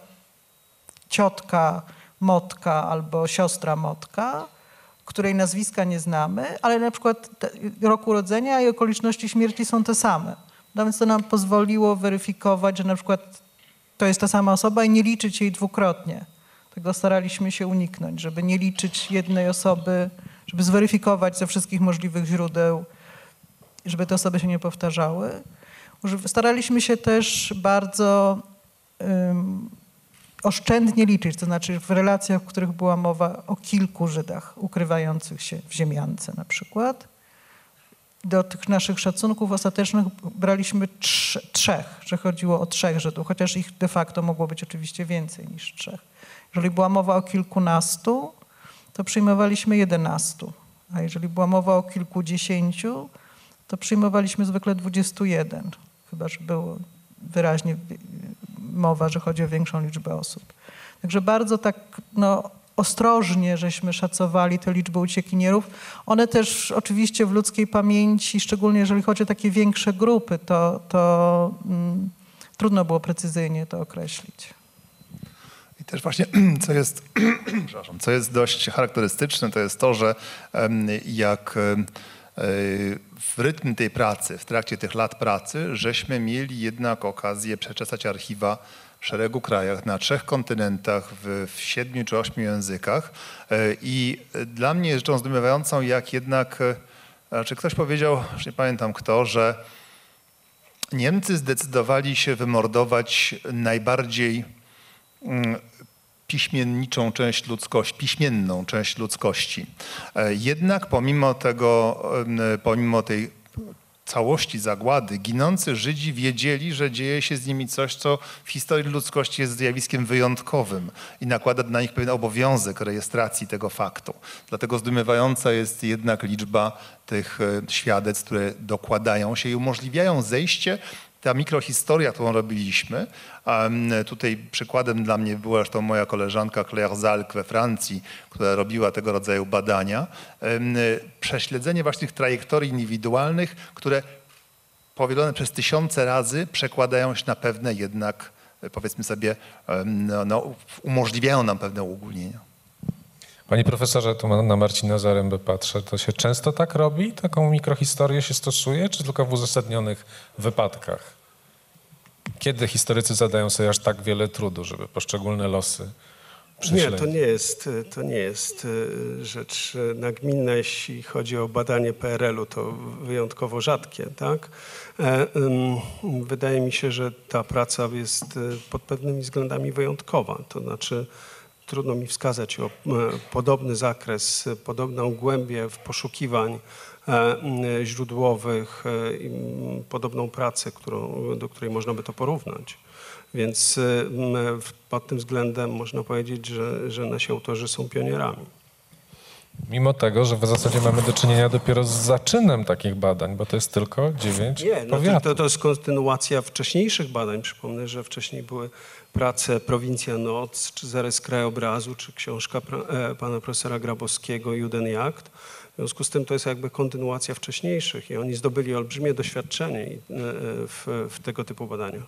ciotka Motka albo siostra Motka, której nazwiska nie znamy, ale na przykład rok urodzenia i okoliczności śmierci są te same. No więc to nam pozwoliło weryfikować, że na przykład to jest ta sama osoba i nie liczyć jej dwukrotnie. Tego staraliśmy się uniknąć, żeby nie liczyć jednej osoby, żeby zweryfikować ze wszystkich możliwych źródeł, żeby te osoby się nie powtarzały. Staraliśmy się też bardzo um, oszczędnie liczyć, to znaczy w relacjach, w których była mowa o kilku Żydach ukrywających się w ziemiance na przykład. Do tych naszych szacunków ostatecznych braliśmy trz, trzech, że chodziło o trzech Żydów, chociaż ich de facto mogło być oczywiście więcej niż trzech. Jeżeli była mowa o kilkunastu, to przyjmowaliśmy jedenastu, a jeżeli była mowa o kilkudziesięciu, to przyjmowaliśmy zwykle dwudziestu jeden, chyba że było wyraźnie mowa, że chodzi o większą liczbę osób. Także bardzo tak no, ostrożnie żeśmy szacowali te liczby uciekinierów. One też oczywiście w ludzkiej pamięci, szczególnie jeżeli chodzi o takie większe grupy, to, to mm, trudno było precyzyjnie to określić. I też właśnie, co jest, przepraszam, co jest dość charakterystyczne, to jest to, że jak w rytm tej pracy, w trakcie tych lat pracy, żeśmy mieli jednak okazję przeczesać archiwa w szeregu krajach, na trzech kontynentach, w, w siedmiu czy ośmiu językach. I dla mnie rzeczą zdumiewającą, jak jednak, czy ktoś powiedział, już nie pamiętam kto, że Niemcy zdecydowali się wymordować najbardziej piśmienniczą część ludzkości, piśmienną część ludzkości. Jednak pomimo tego, pomimo tej całości zagłady, ginący Żydzi wiedzieli, że dzieje się z nimi coś, co w historii ludzkości jest zjawiskiem wyjątkowym i nakłada na nich pewien obowiązek rejestracji tego faktu. Dlatego zdumiewająca jest jednak liczba tych świadectw, które dokładają się i umożliwiają zejście. Ta mikrohistoria, którą robiliśmy, um, tutaj przykładem dla mnie była zresztą moja koleżanka Claire Zalk we Francji, która robiła tego rodzaju badania, um, prześledzenie właśnie tych trajektorii indywidualnych, które powielone przez tysiące razy przekładają się na pewne jednak, powiedzmy sobie, um, no, no, umożliwiają nam pewne uogólnienia. Panie profesorze, tu na Marcina Zarębę patrzę, to się często tak robi? Taką mikrohistorię się stosuje, czy tylko w uzasadnionych wypadkach? Kiedy historycy zadają sobie aż tak wiele trudu, żeby poszczególne losy prześledzi? Nie, to nie jest, to nie jest rzecz nagminna. Jeśli chodzi o badanie P R L-u, to wyjątkowo rzadkie, tak? Wydaje mi się, że ta praca jest pod pewnymi względami wyjątkowa. To znaczy trudno mi wskazać o podobny zakres, podobną głębię w poszukiwań źródłowych, podobną pracę, którą, do której można by to porównać. Więc pod tym względem można powiedzieć, że, że nasi autorzy są pionierami. Mimo tego, że w zasadzie mamy do czynienia dopiero z zaczynem takich badań, bo to jest tylko dziewięć Nie, no powiatów. to, to, to jest kontynuacja wcześniejszych badań. Przypomnę, że wcześniej były prace Prowincja Noc, czy Zarys krajobrazu, czy książka pra, e, pana profesora Grabowskiego Judenjagd. W związku z tym to jest jakby kontynuacja wcześniejszych i oni zdobyli olbrzymie doświadczenie w, w tego typu badaniach.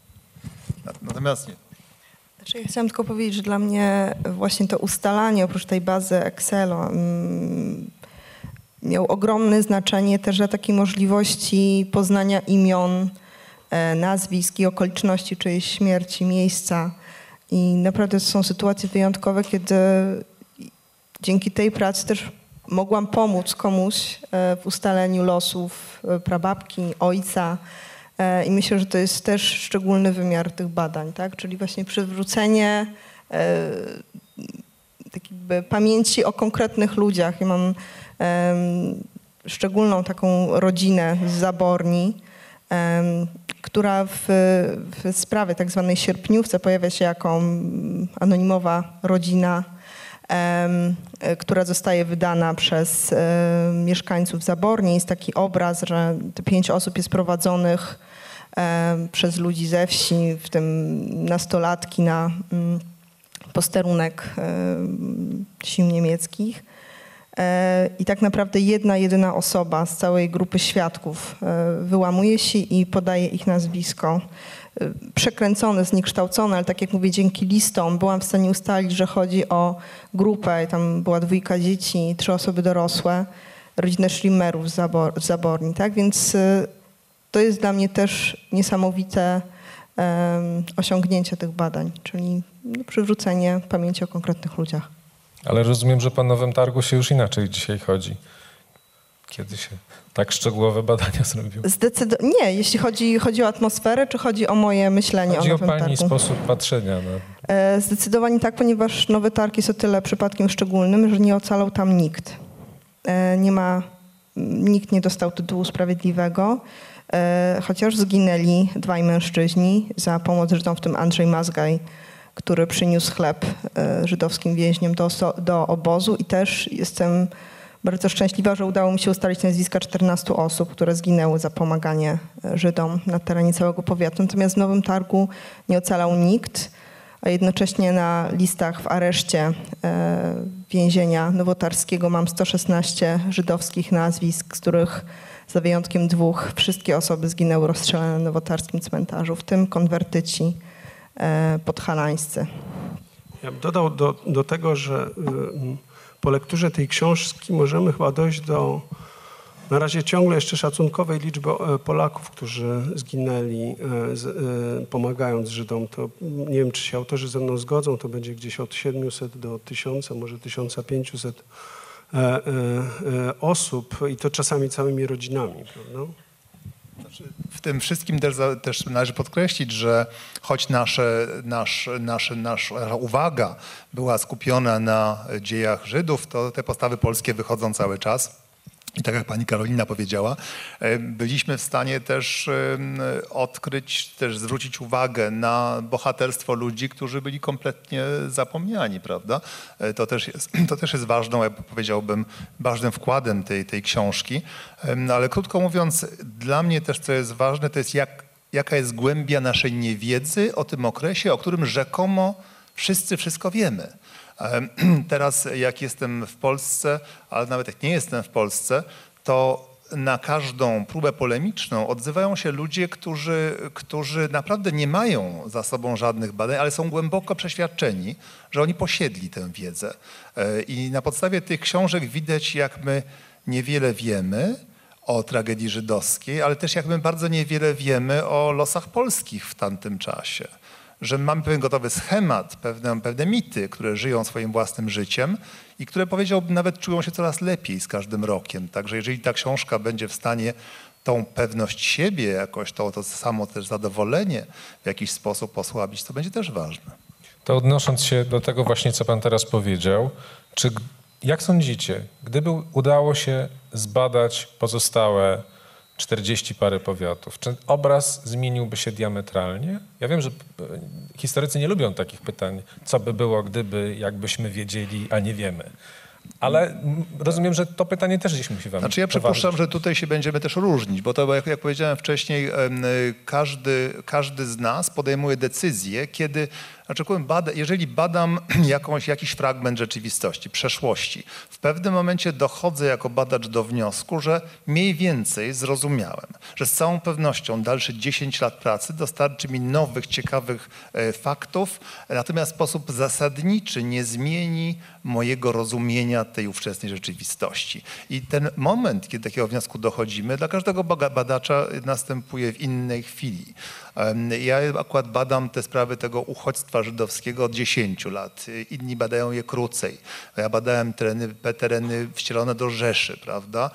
Natomiast nie. Znaczy, ja chciałam tylko powiedzieć, że dla mnie właśnie to ustalanie oprócz tej bazy Excelu mm, miał ogromne znaczenie też dla takiej możliwości poznania imion, e, nazwisk i okoliczności czyjejś śmierci, miejsca. I naprawdę to są sytuacje wyjątkowe, kiedy dzięki tej pracy też mogłam pomóc komuś e, w ustaleniu losów e, prababki, ojca. I myślę, że to jest też szczególny wymiar tych badań, tak? Czyli właśnie przywrócenie e, tak jakby pamięci o konkretnych ludziach. Ja mam e, szczególną taką rodzinę z Zaborni, e, która w, w sprawie tak zwanej sierpniówce pojawia się jako anonimowa rodzina, e, która zostaje wydana przez e, mieszkańców Zaborni. Jest taki obraz, że te pięć osób jest prowadzonych e, przez ludzi ze wsi, w tym nastolatki na m, posterunek e, sił niemieckich. E, I tak naprawdę jedna, jedyna osoba z całej grupy świadków e, wyłamuje się i podaje ich nazwisko. Przekręcone, zniekształcone, ale tak jak mówię, dzięki listom byłam w stanie ustalić, że chodzi o grupę, tam była dwójka dzieci, trzy osoby dorosłe, rodzinę Schlimmerów z, Zabor, z Zaborni, tak? Więc y, to jest dla mnie też niesamowite um, osiągnięcie tych badań, czyli no, przywrócenie pamięci o konkretnych ludziach. Ale rozumiem, że po Nowym Targu się już inaczej dzisiaj chodzi. Kiedy się tak szczegółowe badania zrobiły? Zdecydo- nie, jeśli chodzi, chodzi o atmosferę, czy chodzi o moje myślenie Chodzi o o Nowym pani Targu? sposób patrzenia na... E, Zdecydowanie tak, ponieważ Nowy Targ jest o tyle przypadkiem szczególnym, że nie ocalał tam nikt. E, Nie ma, nikt nie dostał tytułu sprawiedliwego, e, chociaż zginęli dwaj mężczyźni za pomoc Żydom, w tym Andrzej Mazgaj, który przyniósł chleb e, żydowskim więźniom do, do obozu i też jestem bardzo szczęśliwa, że udało mi się ustalić nazwiska czternastu osób, które zginęły za pomaganie Żydom na terenie całego powiatu. Natomiast w Nowym Targu nie ocalał nikt, a jednocześnie na listach w areszcie e, więzienia nowotarskiego mam sto szesnaście żydowskich nazwisk, z których za wyjątkiem dwóch wszystkie osoby zginęły rozstrzelane na nowotarskim cmentarzu, w tym konwertyci e, podhalańscy. Ja bym dodał do, do tego, że y, po lekturze tej książki możemy chyba dojść do na razie ciągle jeszcze szacunkowej liczby Polaków, którzy zginęli z, pomagając Żydom. To nie wiem, czy się autorzy ze mną zgodzą, to będzie gdzieś od siedmiuset do tysiąca, może tysiąc pięćset osób i to czasami całymi rodzinami, prawda? W tym wszystkim też, też należy podkreślić, że choć nasze, nasz, nasz, nasza uwaga była skupiona na dziejach Żydów, to te postawy polskie wychodzą cały czas. I tak jak pani Karolina powiedziała, byliśmy w stanie też odkryć, też zwrócić uwagę na bohaterstwo ludzi, którzy byli kompletnie zapomniani, prawda? To też jest, to też jest ważną, ja powiedziałbym, ważnym wkładem tej, tej książki. Ale krótko mówiąc, dla mnie też co jest ważne, to jest jak, jaka jest głębia naszej niewiedzy o tym okresie, o którym rzekomo wszyscy wszystko wiemy. Teraz jak jestem w Polsce, ale nawet jak nie jestem w Polsce, to na każdą próbę polemiczną odzywają się ludzie, którzy, którzy naprawdę nie mają za sobą żadnych badań, ale są głęboko przeświadczeni, że oni posiedli tę wiedzę. I na podstawie tych książek widać, jak my niewiele wiemy o tragedii żydowskiej, ale też jak my bardzo niewiele wiemy o losach polskich w tamtym czasie. że mamy pewien gotowy schemat, pewne, pewne mity, które żyją swoim własnym życiem i które, powiedziałbym, nawet czują się coraz lepiej z każdym rokiem. Także jeżeli ta książka będzie w stanie tą pewność siebie, jakoś to, to samo też zadowolenie w jakiś sposób osłabić, to będzie też ważne. To odnosząc się do tego właśnie, co pan teraz powiedział, czy jak sądzicie, gdyby udało się zbadać pozostałe czterdzieści parę powiatów, czy obraz zmieniłby się diametralnie? Ja wiem, że historycy nie lubią takich pytań, co by było, gdyby, jakbyśmy wiedzieli, a nie wiemy. Ale rozumiem, że to pytanie też gdzieś musi wam Znaczy ja towarzyszyć. przypuszczam, że tutaj się będziemy też różnić, bo to jak, jak powiedziałem wcześniej, każdy, każdy z nas podejmuje decyzję, kiedy, znaczy powiem, bada, jeżeli badam jakąś, jakiś fragment rzeczywistości, przeszłości, w pewnym momencie dochodzę jako badacz do wniosku, że mniej więcej zrozumiałem, że z całą pewnością dalsze dziesięć lat pracy dostarczy mi nowych, ciekawych e, faktów, natomiast w sposób zasadniczy nie zmieni mojego rozumienia tej ówczesnej rzeczywistości. I ten moment, kiedy do takiego wniosku dochodzimy, dla każdego badacza następuje w innej chwili. Ja akurat badam te sprawy tego uchodźstwa żydowskiego od dziesięciu lat. Inni badają je krócej. Ja badałem tereny, tereny wcielone do Rzeszy, prawda?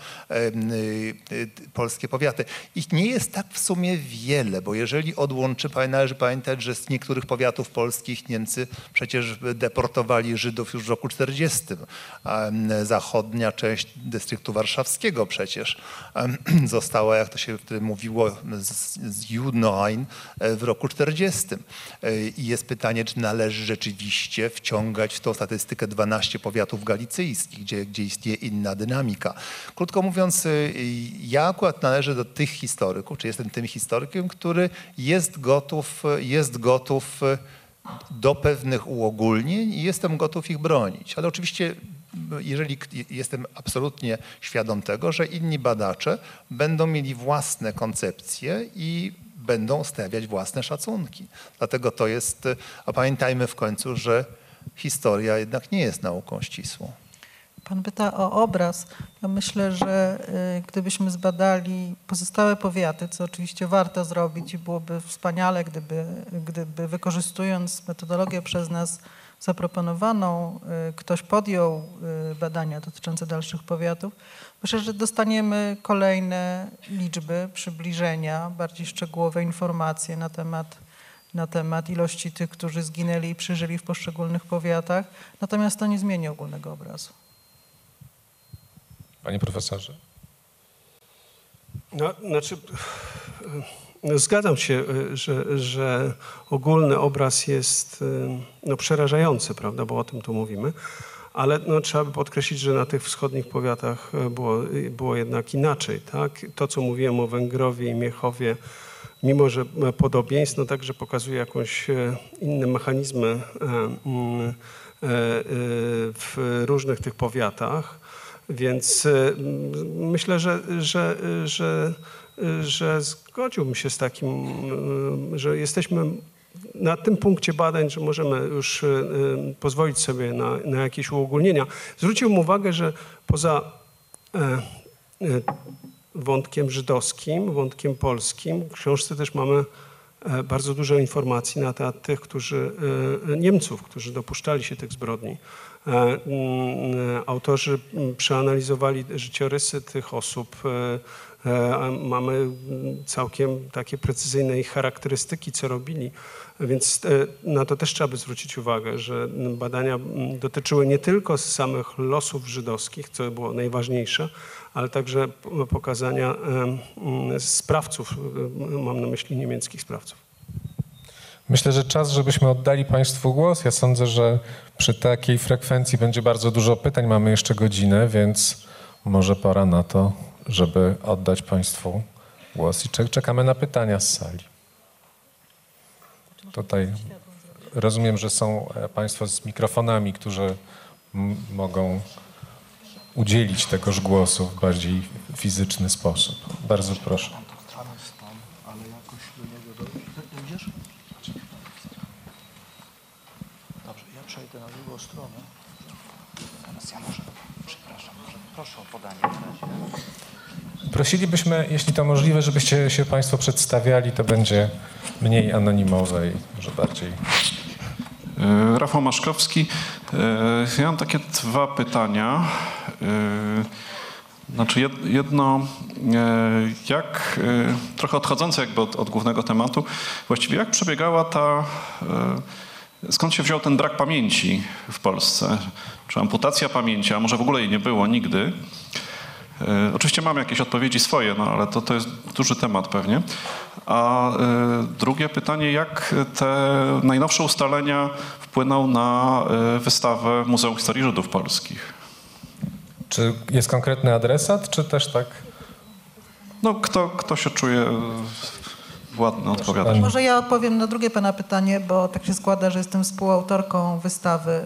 Polskie powiaty. Ich nie jest tak w sumie wiele, bo jeżeli odłączy, należy pamiętać, że z niektórych powiatów polskich Niemcy przecież deportowali Żydów już w roku czterdziestym. Zachodnia część dystryktu warszawskiego przecież została, jak to się wtedy mówiło, z Judenrein w roku czterdziestym. I jest pytanie, czy należy rzeczywiście wciągać w tą statystykę dwanaście powiatów galicyjskich, gdzie, gdzie istnieje inna dynamika. Krótko mówiąc, ja akurat należę do tych historyków, czy jestem tym historykiem, który jest gotów, jest gotów do pewnych uogólnień i jestem gotów ich bronić. Ale oczywiście jeżeli jestem absolutnie świadom tego, że inni badacze będą mieli własne koncepcje i będą stawiać własne szacunki. Dlatego to jest, a pamiętajmy w końcu, że historia jednak nie jest nauką ścisłą. Pan pyta o obraz. Ja myślę, że y, gdybyśmy zbadali pozostałe powiaty, co oczywiście warto zrobić i byłoby wspaniale, gdyby, gdyby wykorzystując metodologię przez nas zaproponowaną, y, ktoś podjął y, badania dotyczące dalszych powiatów, myślę, że dostaniemy kolejne liczby, przybliżenia, bardziej szczegółowe informacje na temat, na temat ilości tych, którzy zginęli i przeżyli w poszczególnych powiatach. Natomiast to nie zmieni ogólnego obrazu. Panie profesorze. No, znaczy, no, zgadzam się, że, że ogólny obraz jest no, przerażający, prawda, bo o tym tu mówimy, ale no, trzeba by podkreślić, że na tych wschodnich powiatach było, było jednak inaczej. Tak? To, co mówiłem o Węgrowie i Miechowie, mimo że podobieństw, no także pokazuje jakąś inne mechanizmy w różnych tych powiatach. Więc myślę, że, że, że, że zgodziłbym się z takim, że jesteśmy na tym punkcie badań, że możemy już pozwolić sobie na, na jakieś uogólnienia. Zwróciłbym uwagę, że poza wątkiem żydowskim, wątkiem polskim, w książce też mamy bardzo dużo informacji na temat tych, którzy, Niemców, którzy dopuszczali się tych zbrodni. Autorzy przeanalizowali życiorysy tych osób. Mamy całkiem takie precyzyjne ich charakterystyki, co robili. Więc na to też trzeba by zwrócić uwagę, że badania dotyczyły nie tylko samych losów żydowskich, co było najważniejsze, ale także pokazania sprawców, mam na myśli niemieckich sprawców. Myślę, że czas, żebyśmy oddali Państwu głos. Ja sądzę, że przy takiej frekwencji będzie bardzo dużo pytań. Mamy jeszcze godzinę, więc może pora na to, żeby oddać Państwu głos. I czekamy na pytania z sali. Tutaj rozumiem, że są Państwo z mikrofonami, którzy mogą udzielić tegoż głosu w bardziej fizyczny sposób. Bardzo proszę. Dobrze, ja przejdę na drugą stronę. Teraz ja może, przepraszam, może proszę o podanie na razie. Prosilibyśmy, jeśli to możliwe, żebyście się Państwo przedstawiali, to będzie mniej anonimowe i może bardziej. Rafał Maszkowski. Ja mam takie dwa pytania. Znaczy jedno, jak, trochę odchodzące jakby od, od głównego tematu, właściwie jak przebiegała ta, skąd się wziął ten brak pamięci w Polsce? Czy amputacja pamięci, a może w ogóle jej nie było nigdy? Oczywiście mam jakieś odpowiedzi swoje, no ale to, to jest duży temat pewnie. A drugie pytanie, jak te najnowsze ustalenia wpłyną na wystawę w Muzeum Historii Żydów Polskich? Czy jest konkretny adresat, czy też tak? No, kto, kto się czuje władny odpowiadać? Pani. Może ja odpowiem na drugie pana pytanie, bo tak się składa, że jestem współautorką wystawy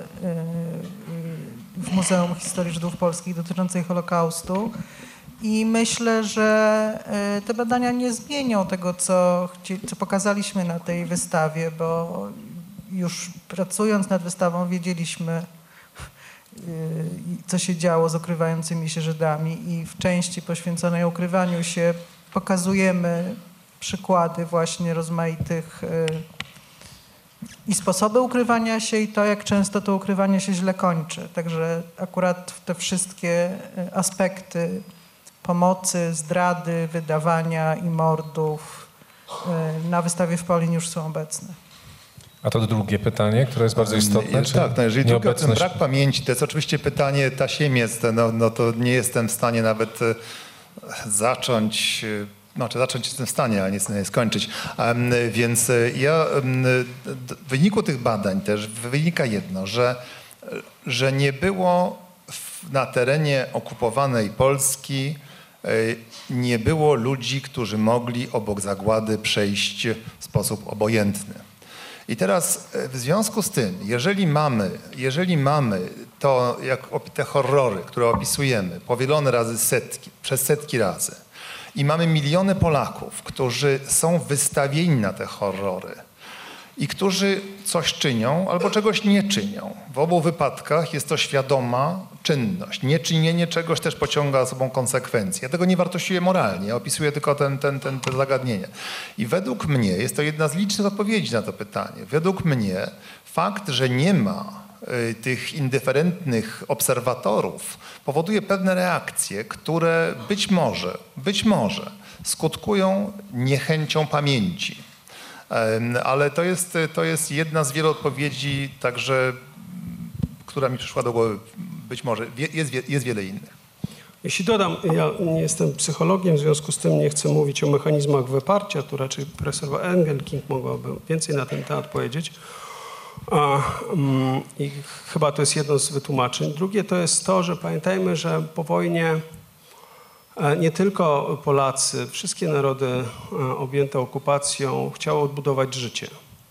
w Muzeum Historii Żydów Polskich dotyczącej Holokaustu i myślę, że te badania nie zmienią tego, co, co pokazaliśmy na tej wystawie, bo już pracując nad wystawą wiedzieliśmy, co się działo z ukrywającymi się Żydami i w części poświęconej ukrywaniu się pokazujemy przykłady właśnie rozmaitych i sposoby ukrywania się i to, jak często to ukrywanie się źle kończy. Także akurat te wszystkie aspekty pomocy, zdrady, wydawania i mordów na wystawie w Polin już są obecne. A to drugie pytanie, które jest bardzo istotne, czy Tak, no jeżeli tylko o ten nieobecność? brak pamięci, to jest oczywiście pytanie tasiemiecte, no, no to nie jestem w stanie nawet e, zacząć, e, znaczy zacząć jestem w stanie, ale nie jestem w stanie skończyć. Um, więc e, ja um, w wyniku tych badań też wynika jedno, że, że nie było w, na terenie okupowanej Polski e, nie było ludzi, którzy mogli obok zagłady przejść w sposób obojętny. I teraz w związku z tym, jeżeli mamy, jeżeli mamy to, jak te horrory, które opisujemy, powielone razy setki, przez setki razy i mamy miliony Polaków, którzy są wystawieni na te horrory i którzy coś czynią albo czegoś nie czynią. W obu wypadkach jest to świadoma czynność. Nieczynienie czegoś też pociąga za sobą konsekwencje. Ja tego nie wartościuję moralnie, ja opisuję tylko ten, ten, ten, te zagadnienie. I według mnie jest to jedna z licznych odpowiedzi na to pytanie. Według mnie fakt, że nie ma y, tych indyferentnych obserwatorów powoduje pewne reakcje, które być może, być może skutkują niechęcią pamięci. Ale to jest, to jest jedna z wielu odpowiedzi, także, która mi przyszła do głowy. Być może jest, jest wiele innych. Jeśli dodam, ja nie jestem psychologiem, w związku z tym nie chcę mówić o mechanizmach wyparcia, tu raczej profesor Engelking mogłaby więcej na ten temat powiedzieć. A, um, I chyba to jest jedno z wytłumaczeń. Drugie to jest to, że pamiętajmy, że po wojnie nie tylko Polacy, wszystkie narody objęte okupacją chciały odbudować życie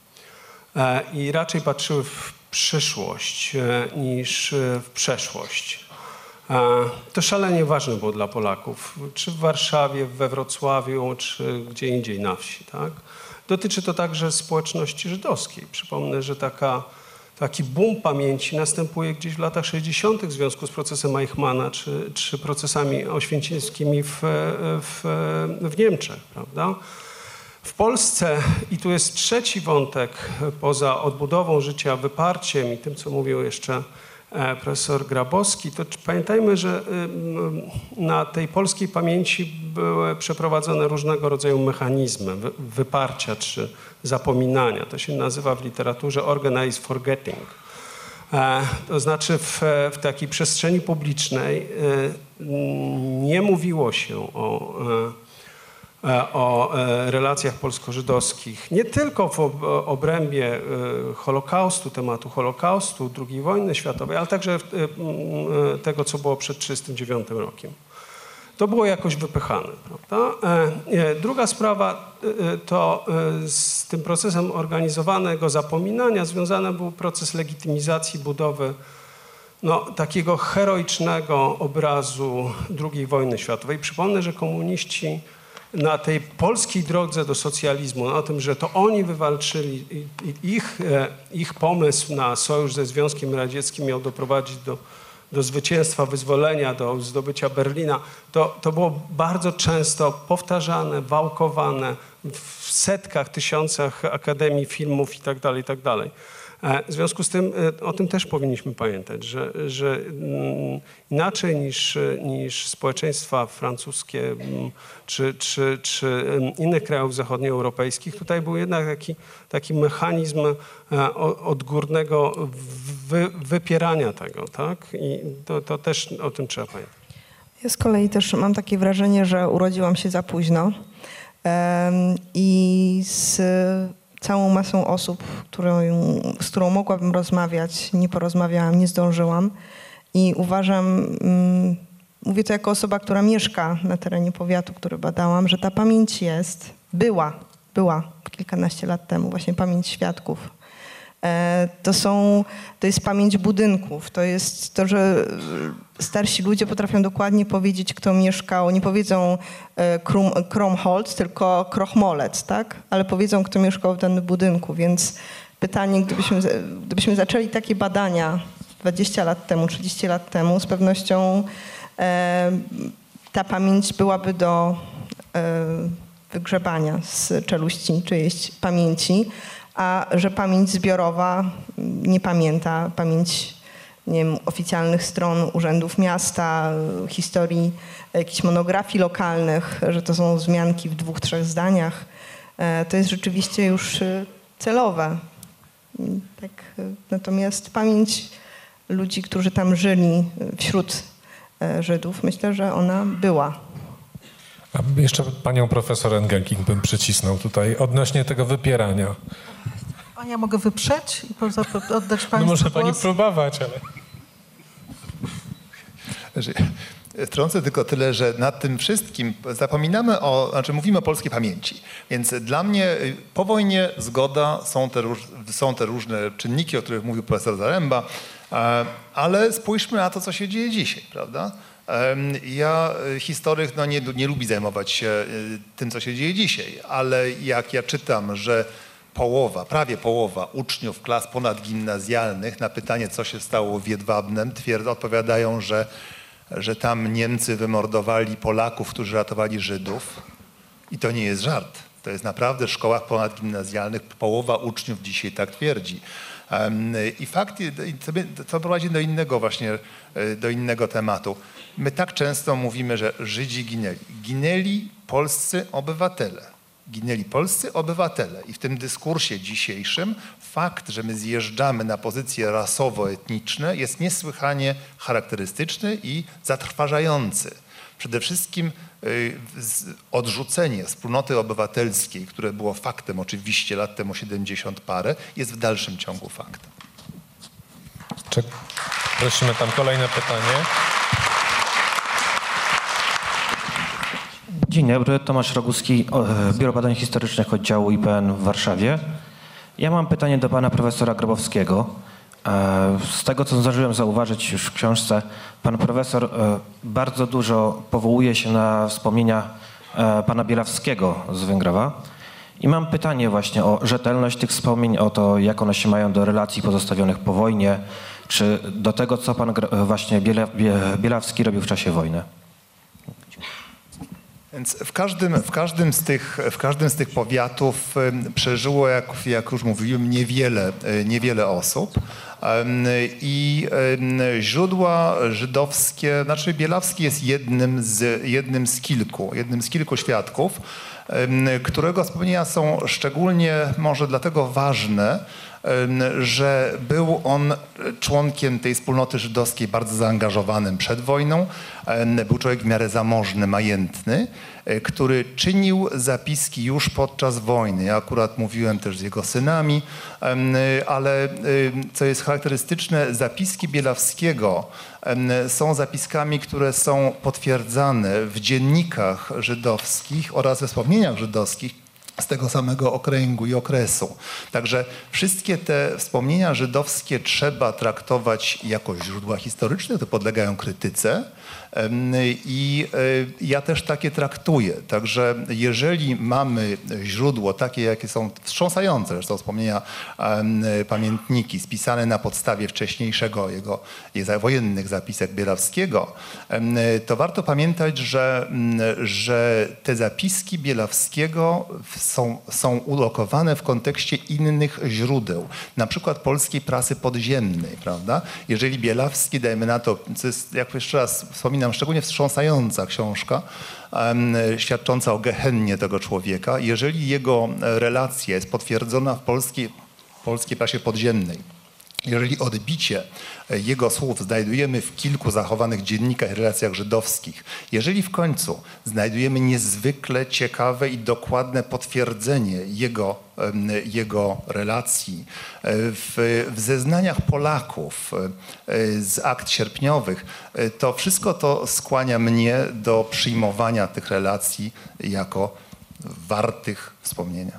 i raczej patrzyły w przyszłość niż w przeszłość. To szalenie ważne było dla Polaków, czy w Warszawie, we Wrocławiu, czy gdzie indziej na wsi. Tak? Dotyczy to także społeczności żydowskiej. Przypomnę, że taka Taki boom pamięci następuje gdzieś w latach sześćdziesiątych w związku z procesem Eichmana czy, czy procesami oświęcimskimi w, w, w Niemczech, prawda? W Polsce, i tu jest trzeci wątek, poza odbudową życia, wyparciem i tym, co mówił jeszcze profesor Grabowski, to pamiętajmy, że na tej polskiej pamięci były przeprowadzone różnego rodzaju mechanizmy wyparcia czy zapominania. To się nazywa w literaturze organized forgetting. To znaczy w, w takiej przestrzeni publicznej nie mówiło się o, o relacjach polsko-żydowskich, nie tylko w obrębie Holokaustu, tematu Holokaustu, drugiej wojny światowej, ale także tego, co było przed tysiąc dziewięćset trzydziestym dziewiątym rokiem. To było jakoś wypychane, prawda? Druga sprawa to z tym procesem organizowanego zapominania związany był proces legitymizacji budowy no, takiego heroicznego obrazu drugiej wojny światowej. Przypomnę, że komuniści na tej polskiej drodze do socjalizmu, na tym, że to oni wywalczyli, ich, ich pomysł na sojusz ze Związkiem Radzieckim miał doprowadzić do do zwycięstwa, wyzwolenia, do zdobycia Berlina, to, to było bardzo często powtarzane, wałkowane w setkach, tysiącach akademii filmów i tak dalej, i tak dalej. W związku z tym o tym też powinniśmy pamiętać, że, że inaczej niż, niż społeczeństwa francuskie czy, czy, czy innych krajów zachodnioeuropejskich, tutaj był jednak taki, taki mechanizm odgórnego wy, wypierania tego, tak? I to, to też o tym trzeba pamiętać. Ja z kolei też mam takie wrażenie, że urodziłam się za późno um, i z całą masą osób, którą, z którą mogłabym rozmawiać, nie porozmawiałam, nie zdążyłam i uważam, um, mówię to jako osoba, która mieszka na terenie powiatu, który badałam, że ta pamięć jest, była, była kilkanaście lat temu, właśnie pamięć świadków. To są, to jest pamięć budynków, to jest to, że starsi ludzie potrafią dokładnie powiedzieć, kto mieszkał, nie powiedzą Krum, Kromholz, tylko Krochmolec, tak? Ale powiedzą, kto mieszkał w danym budynku, więc pytanie, gdybyśmy, gdybyśmy zaczęli takie badania dwadzieścia lat temu, trzydzieści lat temu, z pewnością e, ta pamięć byłaby do e, wygrzebania z czeluści czyjejś pamięci, a że pamięć zbiorowa nie pamięta, pamięć nie wiem, oficjalnych stron urzędów miasta, historii jakichś monografii lokalnych, że to są wzmianki w dwóch, trzech zdaniach, to jest rzeczywiście już celowe. Tak, natomiast pamięć ludzi, którzy tam żyli wśród Żydów, myślę, że ona była. A jeszcze panią profesor Engelking bym przycisnął tutaj odnośnie tego wypierania. A ja mogę wyprzeć i oddać Państwu No może głos? pani próbować, ale... Wtrącę tylko tyle, że nad tym wszystkim zapominamy o, znaczy mówimy o polskiej pamięci. Więc dla mnie po wojnie zgoda, są te, róż, są te różne czynniki, o których mówił profesor Zaręba, ale spójrzmy na to, co się dzieje dzisiaj, prawda? Ja, historyk, no nie, nie lubi zajmować się tym, co się dzieje dzisiaj, ale jak ja czytam, że połowa, prawie połowa uczniów klas ponadgimnazjalnych na pytanie, co się stało w Jedwabnem, twierdzą, odpowiadają, że, że tam Niemcy wymordowali Polaków, którzy ratowali Żydów. I to nie jest żart. To jest naprawdę w szkołach ponadgimnazjalnych połowa uczniów dzisiaj tak twierdzi. I fakt, to prowadzi do innego właśnie, do innego tematu. My tak często mówimy, że Żydzi ginęli. Ginęli polscy obywatele. Ginęli polscy obywatele. I w tym dyskursie dzisiejszym fakt, że my zjeżdżamy na pozycje rasowo-etniczne jest niesłychanie charakterystyczny i zatrważający. Przede wszystkim y, odrzucenie wspólnoty obywatelskiej, które było faktem oczywiście lat temu siedemdziesiąt parę, jest w dalszym ciągu faktem. Czy prosimy tam kolejne pytanie. Dzień dobry, Tomasz Roguski, Biuro Badań Historycznych Oddziału I P N w Warszawie. Ja mam pytanie do pana profesora Grabowskiego. Z tego, co zdążyłem zauważyć już w książce, pan profesor bardzo dużo powołuje się na wspomnienia pana Bielawskiego z Węgrowa. I mam pytanie właśnie o rzetelność tych wspomnień, o to, jak one się mają do relacji pozostawionych po wojnie, czy do tego, co pan właśnie Bielawski robił w czasie wojny. Więc w każdym, w każdym, z, tych, w każdym z tych powiatów przeżyło, jak, jak już mówiłem, niewiele, niewiele osób. I źródła żydowskie, znaczy Bielawski jest jednym z, jednym z kilku, jednym z kilku świadków, którego wspomnienia są szczególnie może dlatego ważne, że był on członkiem tej wspólnoty żydowskiej bardzo zaangażowanym przed wojną. Był człowiek w miarę zamożny, majętny, który czynił zapiski już podczas wojny. Ja akurat mówiłem też z jego synami, ale co jest charakterystyczne, zapiski Bielawskiego są zapiskami, które są potwierdzane w dziennikach żydowskich oraz we wspomnieniach żydowskich z tego samego okręgu i okresu. Także wszystkie te wspomnienia żydowskie trzeba traktować jako źródła historyczne, to podlegają krytyce i ja też takie traktuję. Także jeżeli mamy źródło takie, jakie są wstrząsające, zresztą wspomnienia pamiętniki spisane na podstawie wcześniejszego jego wojennych zapisek Bielawskiego, to warto pamiętać, że, że te zapiski Bielawskiego są, są ulokowane w kontekście innych źródeł, na przykład polskiej prasy podziemnej, prawda? Jeżeli Bielawski, dajmy na to, to jest, jak jeszcze raz wspominam, szczególnie wstrząsająca książka, um, świadcząca o gehennie tego człowieka, jeżeli jego relacja jest potwierdzona w polskiej, polskiej prasie podziemnej, jeżeli odbicie jego słów znajdujemy w kilku zachowanych dziennikach i relacjach żydowskich, jeżeli w końcu znajdujemy niezwykle ciekawe i dokładne potwierdzenie jego, jego relacji w, w zeznaniach Polaków z akt sierpniowych, to wszystko to skłania mnie do przyjmowania tych relacji jako wartych wspomnienia.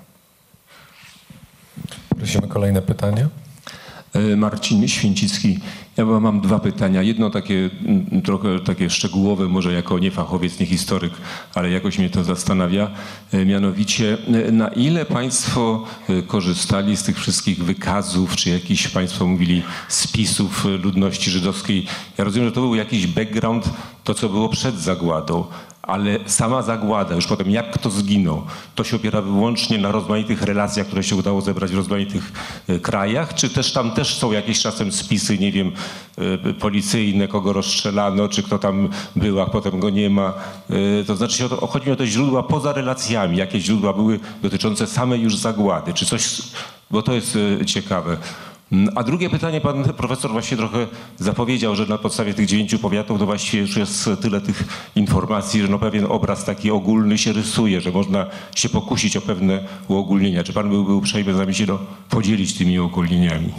Prosimy kolejne pytanie. Marcin Święcicki. Ja mam dwa pytania. Jedno takie trochę takie szczegółowe, może jako nie fachowiec, nie historyk, ale jakoś mnie to zastanawia. Mianowicie, na ile państwo korzystali z tych wszystkich wykazów, czy jakiś państwo mówili spisów ludności żydowskiej? Ja rozumiem, że to był jakiś background, to co było przed zagładą. Ale sama zagłada, już potem jak kto zginął, to się opiera wyłącznie na rozmaitych relacjach, które się udało zebrać w rozmaitych e, krajach, czy też tam też są jakieś czasem spisy, nie wiem, e, policyjne, kogo rozstrzelano, czy kto tam był, a potem go nie ma. E, to znaczy się o to, chodzi mi o te źródła poza relacjami, jakie źródła były dotyczące samej już zagłady, czy coś, bo to jest e, ciekawe. A drugie pytanie, pan profesor właśnie trochę zapowiedział, że na podstawie tych dziewięciu powiatów to właściwie już jest tyle tych informacji, że no pewien obraz taki ogólny się rysuje, że można się pokusić o pewne uogólnienia. Czy pan byłby uprzejmy z nami się no, podzielić tymi uogólnieniami?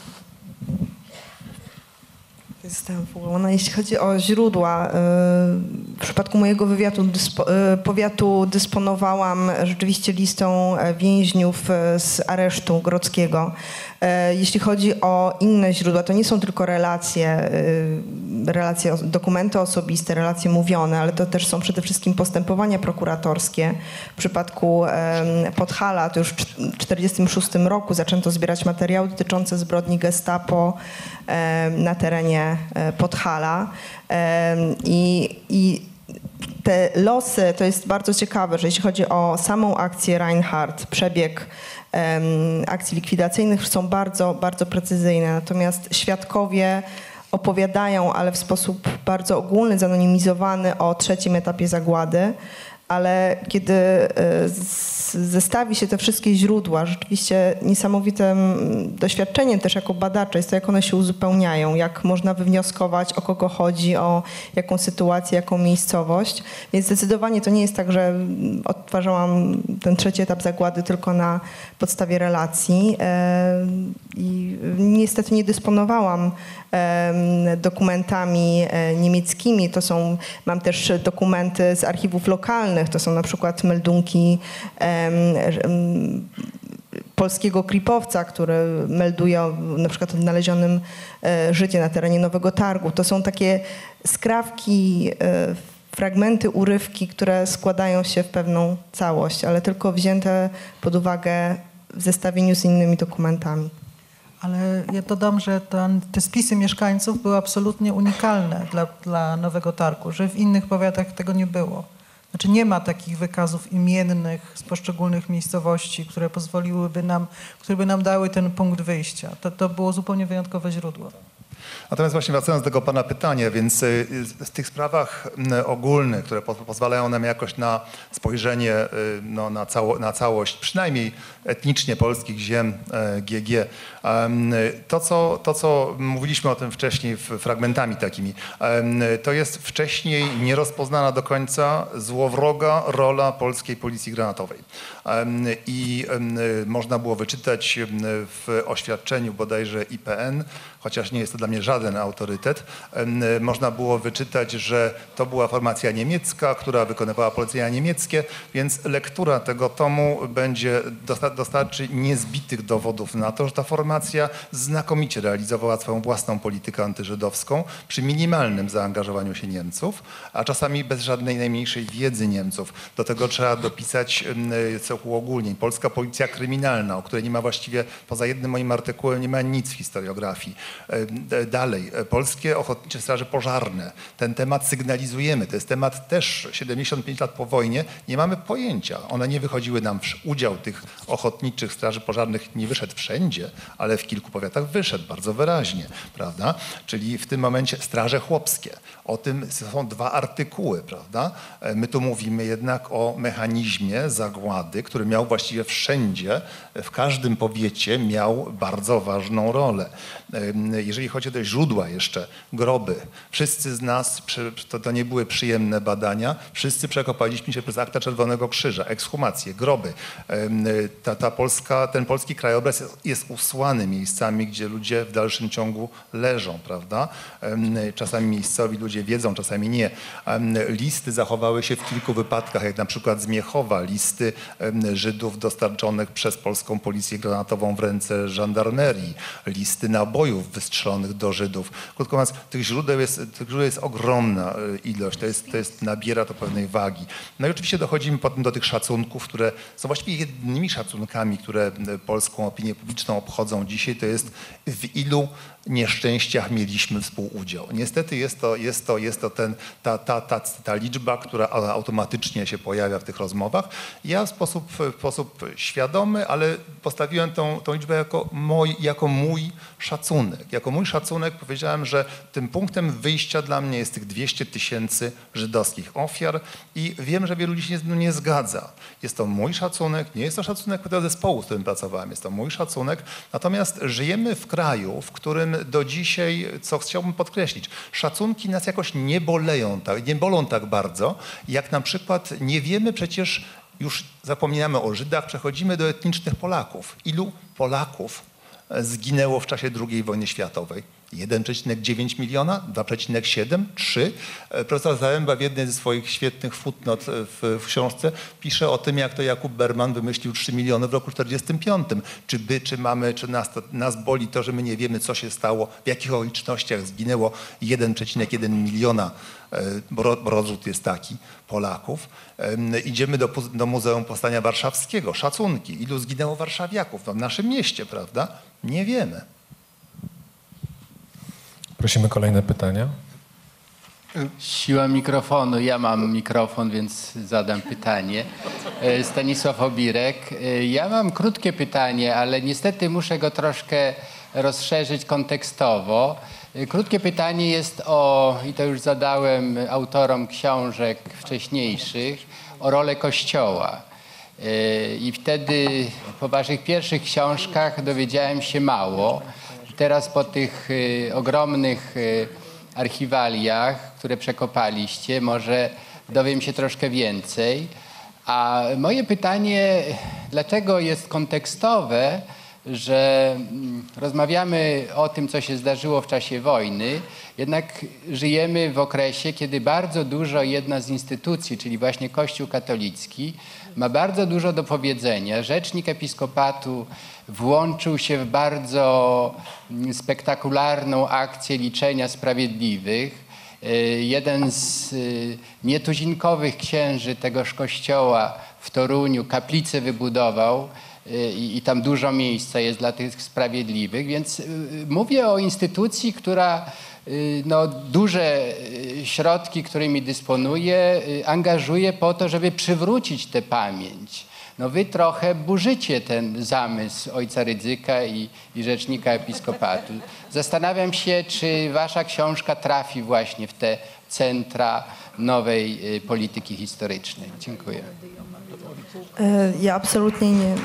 Jestem wywołana. Jeśli chodzi o źródła, w przypadku mojego wywiadu, dyspo, powiatu dysponowałam rzeczywiście listą więźniów z aresztu grodzkiego. Jeśli chodzi o inne źródła, to nie są tylko relacje, relacje, dokumenty osobiste, relacje mówione, ale to też są przede wszystkim postępowania prokuratorskie. W przypadku Podhala, to już w tysiąc dziewięćset czterdziestym szóstym roku zaczęto zbierać materiały dotyczące zbrodni Gestapo na terenie Podhala. I, i te losy, to jest bardzo ciekawe, że jeśli chodzi o samą akcję Reinhardt, przebieg akcji likwidacyjnych są bardzo, bardzo precyzyjne. Natomiast świadkowie opowiadają, ale w sposób bardzo ogólny, zanonimizowany o trzecim etapie zagłady, ale kiedy zestawi się te wszystkie źródła, rzeczywiście niesamowitym doświadczeniem też jako badacza jest to, jak one się uzupełniają, jak można wywnioskować, o kogo chodzi, o jaką sytuację, jaką miejscowość. Więc zdecydowanie to nie jest tak, że odtwarzałam ten trzeci etap zagłady tylko na podstawie relacji i niestety nie dysponowałam dokumentami niemieckimi. To są, mam też dokumenty z archiwów lokalnych, to są na przykład meldunki polskiego kripowca, który melduje o na przykład odnalezionym życie na terenie Nowego Targu. To są takie skrawki, fragmenty, urywki, które składają się w pewną całość, ale tylko wzięte pod uwagę w zestawieniu z innymi dokumentami. Ale ja dodam, że ten, te spisy mieszkańców były absolutnie unikalne dla, dla Nowego Targu, że w innych powiatach tego nie było. Znaczy nie ma takich wykazów imiennych z poszczególnych miejscowości, które pozwoliłyby nam, które by nam dały ten punkt wyjścia. To, to było zupełnie wyjątkowe źródło. Natomiast właśnie wracając do tego pana pytania, więc w tych sprawach ogólnych, które pozwalają nam jakoś na spojrzenie no, na, cało, na całość, przynajmniej etnicznie polskich ziem G G, to co, to, co mówiliśmy o tym wcześniej fragmentami takimi, to jest wcześniej nierozpoznana do końca złowroga rola polskiej policji granatowej. I można było wyczytać w oświadczeniu bodajże I P N, chociaż nie jest to dla mnie żaden żaden autorytet. Można było wyczytać, że to była formacja niemiecka, która wykonywała polecenia niemieckie, więc lektura tego tomu będzie dostarczy niezbitych dowodów na to, że ta formacja znakomicie realizowała swoją własną politykę antyżydowską przy minimalnym zaangażowaniu się Niemców, a czasami bez żadnej najmniejszej wiedzy Niemców. Do tego trzeba dopisać co uogólnień. Polska policja kryminalna, o której nie ma właściwie, poza jednym moim artykułem, nie ma nic w historiografii. Dalej, polskie ochotnicze straże pożarne. Ten temat sygnalizujemy. To jest temat też siedemdziesiąt pięć lat po wojnie. Nie mamy pojęcia. One nie wychodziły nam, w udział tych ochotniczych straży pożarnych nie wyszedł wszędzie, ale w kilku powiatach wyszedł bardzo wyraźnie, prawda? Czyli w tym momencie straże chłopskie. O tym są dwa artykuły, prawda? My tu mówimy jednak o mechanizmie zagłady, który miał właściwie wszędzie, w każdym powiecie miał bardzo ważną rolę. Jeżeli chodzi o te źródła jeszcze, groby. Wszyscy z nas, to, to nie były przyjemne badania, wszyscy przekopaliśmy się przez akta Czerwonego Krzyża, ekshumacje, groby. Ta, ta Polska, ten polski krajobraz jest, jest usłany miejscami, gdzie ludzie w dalszym ciągu leżą, prawda? Czasami miejscowi ludzie wiedzą, czasami nie. Listy zachowały się w kilku wypadkach, jak na przykład z Miechowa, listy Żydów dostarczonych przez polską policję granatową w ręce żandarmerii, listy nabojów wystrzelonych do Żydów. Krótko mówiąc, tych źródeł jest, tych źródeł jest ogromna ilość, to jest, to jest, nabiera to pewnej wagi. No i oczywiście dochodzimy potem do tych szacunków, które są właściwie jedynymi szacunkami, które polską opinię publiczną obchodzą dzisiaj, to jest w ilu nieszczęściach mieliśmy współudział. Niestety jest to, jest to, jest to ten, ta, ta, ta, ta liczba, która automatycznie się pojawia w tych rozmowach. Ja w sposób, w sposób świadomy, ale postawiłem tą, tą liczbę jako mój, jako mój szacunek. Jako mój szacunek powiedziałem, że tym punktem wyjścia dla mnie jest tych dwieście tysięcy żydowskich ofiar i wiem, że wielu ludzi się nie zgadza. Jest to mój szacunek, nie jest to szacunek tego zespołu, z którym pracowałem, jest to mój szacunek. Natomiast żyjemy w kraju, w którym do dzisiaj, co chciałbym podkreślić, szacunki nas jakoś nie boleją, tak, nie bolą tak bardzo, jak na przykład nie wiemy przecież, już zapominamy o Żydach, przechodzimy do etnicznych Polaków. Ilu Polaków zginęło w czasie drugiej wojny światowej? jeden przecinek dziewięć miliona, dwa przecinek siedem, trzy. Profesor Zaręba w jednej ze swoich świetnych footnot w, w książce pisze o tym, jak to Jakub Berman wymyślił trzy miliony w roku czterdziestym piątym. Czy by, czy mamy, czy nas, to, nas boli to, że my nie wiemy, co się stało, w jakich okolicznościach zginęło jeden przecinek jeden miliona, bo rozrzut jest taki, Polaków. Idziemy do, do Muzeum Powstania Warszawskiego. Szacunki. Ilu zginęło warszawiaków w naszym mieście, prawda? Nie wiemy. Prosimy kolejne pytania. Siła mikrofonu. Ja mam mikrofon, więc zadam pytanie. Stanisław Obirek. Ja mam krótkie pytanie, ale niestety muszę go troszkę rozszerzyć kontekstowo. Krótkie pytanie jest o, i to już zadałem autorom książek wcześniejszych, o rolę Kościoła. I wtedy po waszych pierwszych książkach dowiedziałem się mało. Teraz po tych y, ogromnych y, archiwaliach, które przekopaliście, może dowiem się troszkę więcej. A moje pytanie, dlaczego jest kontekstowe, że mm, rozmawiamy o tym, co się zdarzyło w czasie wojny, jednak żyjemy w okresie, kiedy bardzo dużo jedna z instytucji, czyli właśnie Kościół katolicki, ma bardzo dużo do powiedzenia. Rzecznik Episkopatu włączył się w bardzo spektakularną akcję liczenia sprawiedliwych. Jeden z nietuzinkowych księży tegoż kościoła w Toruniu kaplicę wybudował i, i tam dużo miejsca jest dla tych sprawiedliwych. Więc mówię o instytucji, która no, duże środki, którymi dysponuje, angażuje po to, żeby przywrócić tę pamięć. No wy trochę burzycie ten zamysł ojca Rydzyka i, i rzecznika episkopatu. Zastanawiam się, czy wasza książka trafi właśnie w te centra nowej polityki historycznej. Dziękuję. Ja absolutnie nie.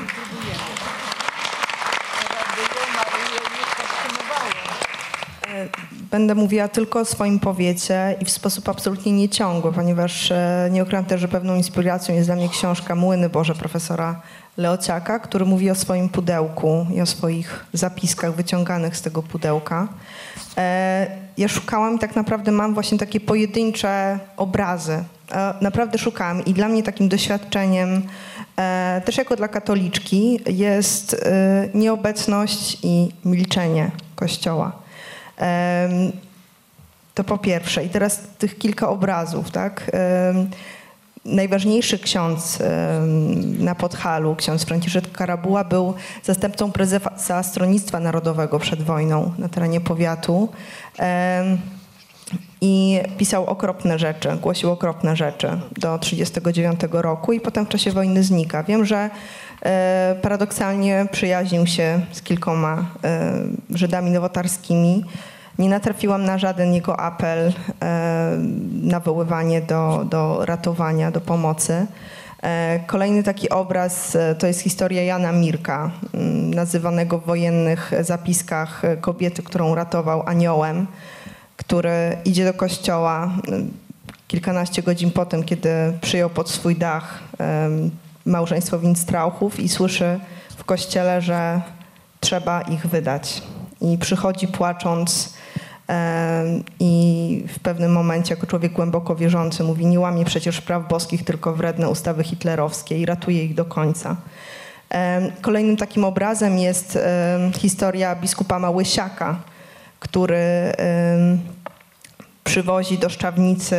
będę mówiła tylko o swoim powiecie i w sposób absolutnie nieciągły, ponieważ e, nie ukrywam też, że pewną inspiracją jest dla mnie książka Młyny Boże profesora Leociaka, który mówi o swoim pudełku i o swoich zapiskach wyciąganych z tego pudełka. E, ja szukałam i tak naprawdę mam właśnie takie pojedyncze obrazy. E, naprawdę szukałam i dla mnie takim doświadczeniem, e, też jako dla katoliczki, jest e, nieobecność i milczenie Kościoła. E, to po pierwsze. I teraz tych kilka obrazów, tak? E, Najważniejszy ksiądz na Podhalu, ksiądz Franciszek Karabuła, był zastępcą prezesa Stronnictwa Narodowego przed wojną na terenie powiatu i pisał okropne rzeczy, głosił okropne rzeczy do tysiąc dziewięćset trzydziestego dziewiątego roku i potem w czasie wojny znika. Wiem, że paradoksalnie przyjaźnił się z kilkoma Żydami nowotarskimi. Nie natrafiłam na żaden jego apel, e, nawoływanie do, do ratowania, do pomocy. E, kolejny taki obraz e, to jest historia Jana Mirka, m, nazywanego w wojennych zapiskach kobiety, którą ratował aniołem, który idzie do kościoła m, kilkanaście godzin po tym, kiedy przyjął pod swój dach e, małżeństwo Winstrauchów i słyszy w kościele, że trzeba ich wydać. I przychodzi płacząc i w pewnym momencie jako człowiek głęboko wierzący mówi: nie łamie przecież praw boskich, tylko wredne ustawy hitlerowskie, i ratuje ich do końca. Kolejnym takim obrazem jest historia biskupa Małysiaka, który przywozi do Szczawnicy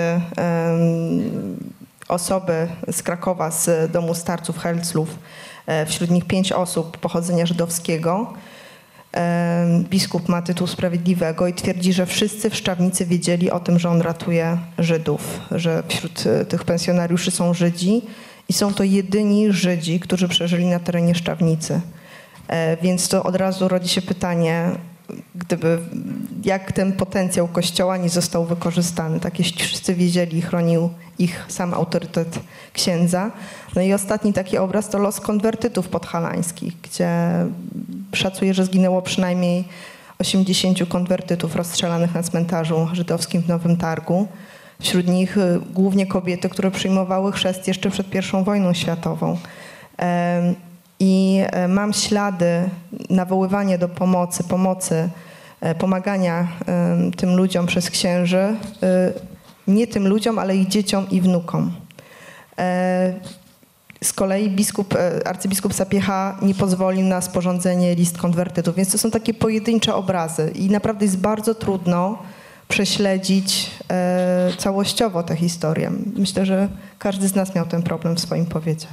osoby z Krakowa, z domu starców Helclów, wśród nich pięć osób pochodzenia żydowskiego. Biskup ma tytuł sprawiedliwego i twierdzi, że wszyscy w Szczawnicy wiedzieli o tym, że on ratuje Żydów, że wśród tych pensjonariuszy są Żydzi i są to jedyni Żydzi, którzy przeżyli na terenie Szczawnicy. Więc to od razu rodzi się pytanie, gdyby, jak ten potencjał Kościoła nie został wykorzystany. Tak, jeśli wszyscy wiedzieli i chronił ich sam autorytet księdza. No i ostatni taki obraz to los konwertytów podhalańskich, gdzie szacuje, że zginęło przynajmniej osiemdziesięciu konwertytów rozstrzelanych na cmentarzu żydowskim w Nowym Targu. Wśród nich głównie kobiety, które przyjmowały chrzest jeszcze przed pierwszą wojną światową. I mam ślady nawoływania do pomocy, pomocy, pomagania tym ludziom przez księży, nie tym ludziom, ale ich dzieciom i wnukom. Z kolei biskup, arcybiskup Sapiecha nie pozwolił na sporządzenie list konwertytów, więc to są takie pojedyncze obrazy i naprawdę jest bardzo trudno prześledzić całościowo tę historię. Myślę, że każdy z nas miał ten problem w swoim powiecie.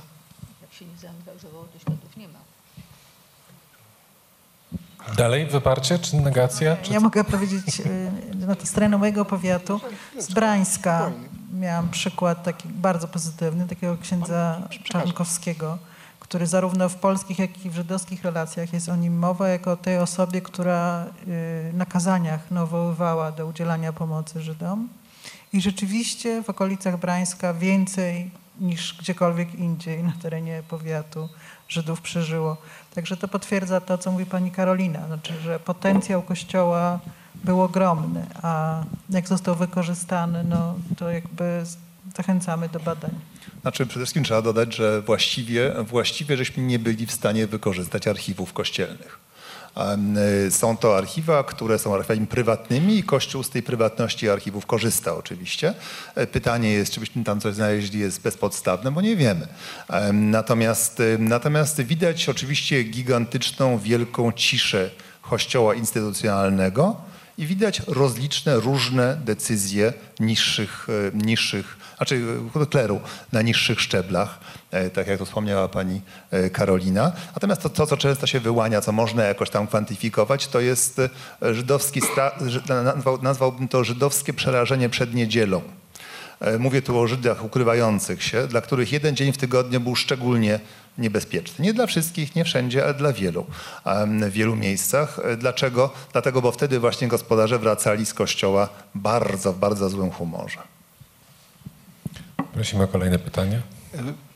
Dalej wyparcie czy negacja? Czy ja mogę powiedzieć na to z terenu mojego powiatu. Z Brańska miałam przykład taki bardzo pozytywny, takiego księdza Czarnkowskiego, który zarówno w polskich, jak i w żydowskich relacjach jest o nim mowa, jako o tej osobie, która na kazaniach nawoływała do udzielania pomocy Żydom. I rzeczywiście w okolicach Brańska więcej niż gdziekolwiek indziej na terenie powiatu Żydów przeżyło. Także to potwierdza to, co mówi pani Karolina, znaczy, że potencjał Kościoła był ogromny, a jak został wykorzystany, no to jakby zachęcamy do badań. Znaczy przede wszystkim trzeba dodać, że właściwie, właściwie żeśmy nie byli w stanie wykorzystać archiwów kościelnych. Są to archiwa, które są archiwami prywatnymi i Kościół z tej prywatności archiwów korzysta oczywiście. Pytanie jest, czy byśmy tam coś znaleźli, jest bezpodstawne, bo nie wiemy. Natomiast, natomiast widać oczywiście gigantyczną, wielką ciszę Kościoła instytucjonalnego i widać rozliczne, różne decyzje niższych, niższych, znaczy kleru na niższych szczeblach, tak jak to wspomniała pani Karolina. Natomiast to, to, co często się wyłania, co można jakoś tam kwantyfikować, to jest żydowski, nazwał, nazwałbym to żydowskie przerażenie przed niedzielą. Mówię tu o Żydach ukrywających się, dla których jeden dzień w tygodniu był szczególnie niebezpieczny. Nie dla wszystkich, nie wszędzie, ale dla wielu. W wielu miejscach. Dlaczego? Dlatego, bo wtedy właśnie gospodarze wracali z kościoła bardzo, w bardzo złym humorze. Prosimy o kolejne pytanie.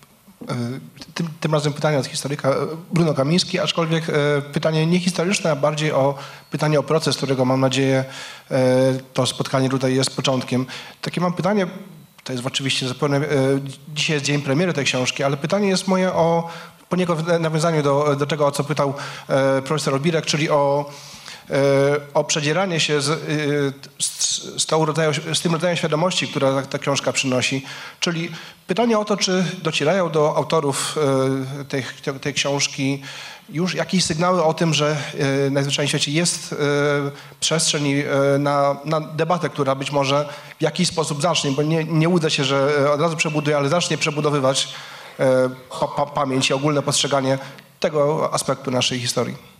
tym, tym razem pytanie od historyka Bruno Kamiński, aczkolwiek pytanie nie historyczne, a bardziej o pytanie o proces, którego mam nadzieję to spotkanie tutaj jest początkiem. Takie mam pytanie, to jest oczywiście zupełnie, dzisiaj jest dzień premiery tej książki, ale pytanie jest moje o poniekąd w nawiązaniu do, do tego, o co pytał profesor Obirek, czyli o o przedzieranie się z, z, z, tą rodzaju, z tym rodzajem świadomości, która ta, ta książka przynosi. Czyli pytanie o to, czy docierają do autorów tej, tej, tej książki już jakieś sygnały o tym, że najzwyczajniej w świecie jest przestrzeń na, na debatę, która być może w jakiś sposób zacznie, bo nie, nie łudzę się, że od razu przebuduje, ale zacznie przebudowywać pa, pa, pamięć i ogólne postrzeganie tego aspektu naszej historii.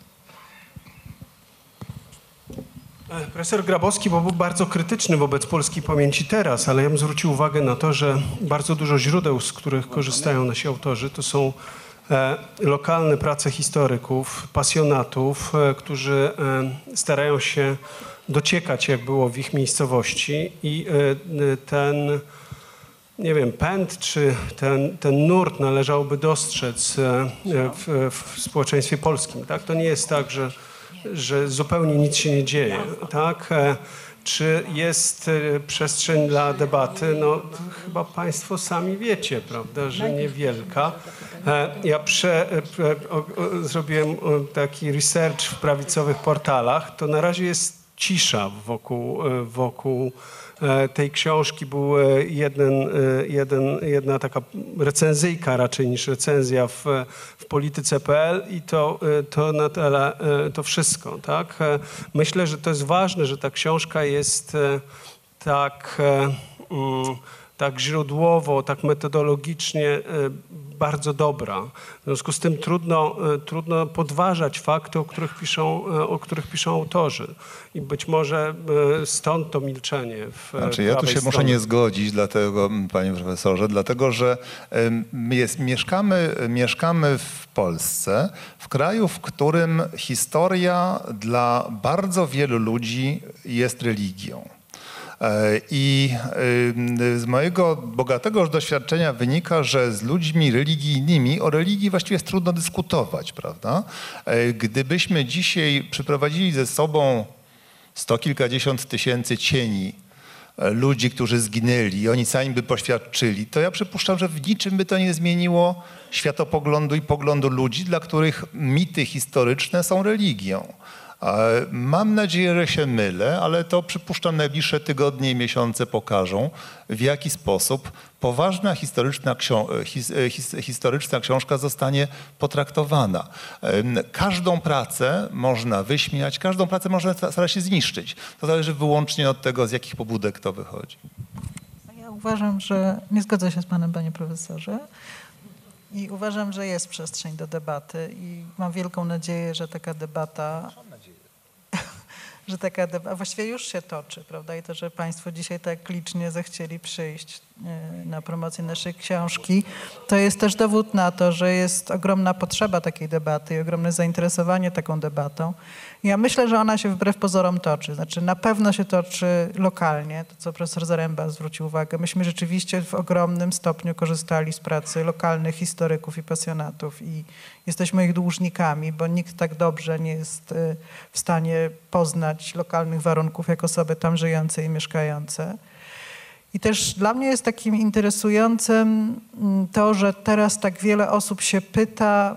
Profesor Grabowski był bardzo krytyczny wobec polskiej pamięci teraz, ale ja bym zwrócił uwagę na to, że bardzo dużo źródeł, z których korzystają nasi autorzy, to są e, lokalne prace historyków, pasjonatów, e, którzy e, starają się dociekać, jak było w ich miejscowości i e, ten, nie wiem, pęd czy ten, ten nurt należałoby dostrzec e, w, w społeczeństwie polskim. Tak? To nie jest tak, że że zupełnie nic się nie dzieje, tak? Czy jest przestrzeń dla debaty? No chyba państwo sami wiecie, prawda, że niewielka. Ja prze, o, o, zrobiłem taki research w prawicowych portalach, to na razie jest cisza wokół, wokół tej książki. Był jeden, jeden, jedna taka recenzyjka raczej niż recenzja w, w polityce kropka pe el i to, to na tyle to wszystko. Tak? Myślę, że to jest ważne, że ta książka jest tak, tak źródłowo, tak metodologicznie bardzo dobra. W związku z tym trudno, trudno podważać fakty, o których piszą, o których piszą autorzy. I być może stąd to milczenie w Znaczy, ja tu się strony. muszę nie zgodzić, dlatego, panie profesorze, dlatego, że my jest, mieszkamy, mieszkamy w Polsce, w kraju, w którym historia dla bardzo wielu ludzi jest religią. I z mojego bogatego już doświadczenia wynika, że z ludźmi religijnymi o religii właściwie jest trudno dyskutować, prawda? Gdybyśmy dzisiaj przyprowadzili ze sobą sto kilkadziesiąt tysięcy cieni ludzi, którzy zginęli i oni sami by poświadczyli, to ja przypuszczam, że w niczym by to nie zmieniło światopoglądu i poglądu ludzi, dla których mity historyczne są religią. Mam nadzieję, że się mylę, ale to przypuszczam najbliższe tygodnie i miesiące pokażą, w jaki sposób poważna historyczna, książ- his, his, historyczna książka zostanie potraktowana. Każdą pracę można wyśmiać, każdą pracę można starać się zniszczyć. To zależy wyłącznie od tego, z jakich pobudek to wychodzi. Ja uważam, że nie zgodzę się z panem, panie profesorze. I uważam, że jest przestrzeń do debaty i mam wielką nadzieję, że taka debata, że taka debata właściwie już się toczy, prawda? I to, że państwo dzisiaj tak licznie zechcieli przyjść na promocję naszej książki, to jest też dowód na to, że jest ogromna potrzeba takiej debaty i ogromne zainteresowanie taką debatą. Ja myślę, że ona się wbrew pozorom toczy. Znaczy na pewno się toczy lokalnie, to co profesor Zaręba zwrócił uwagę. Myśmy rzeczywiście w ogromnym stopniu korzystali z pracy lokalnych historyków i pasjonatów i jesteśmy ich dłużnikami, bo nikt tak dobrze nie jest w stanie poznać lokalnych warunków jak osoby tam żyjące i mieszkające. I też dla mnie jest takim interesującym to, że teraz tak wiele osób się pyta,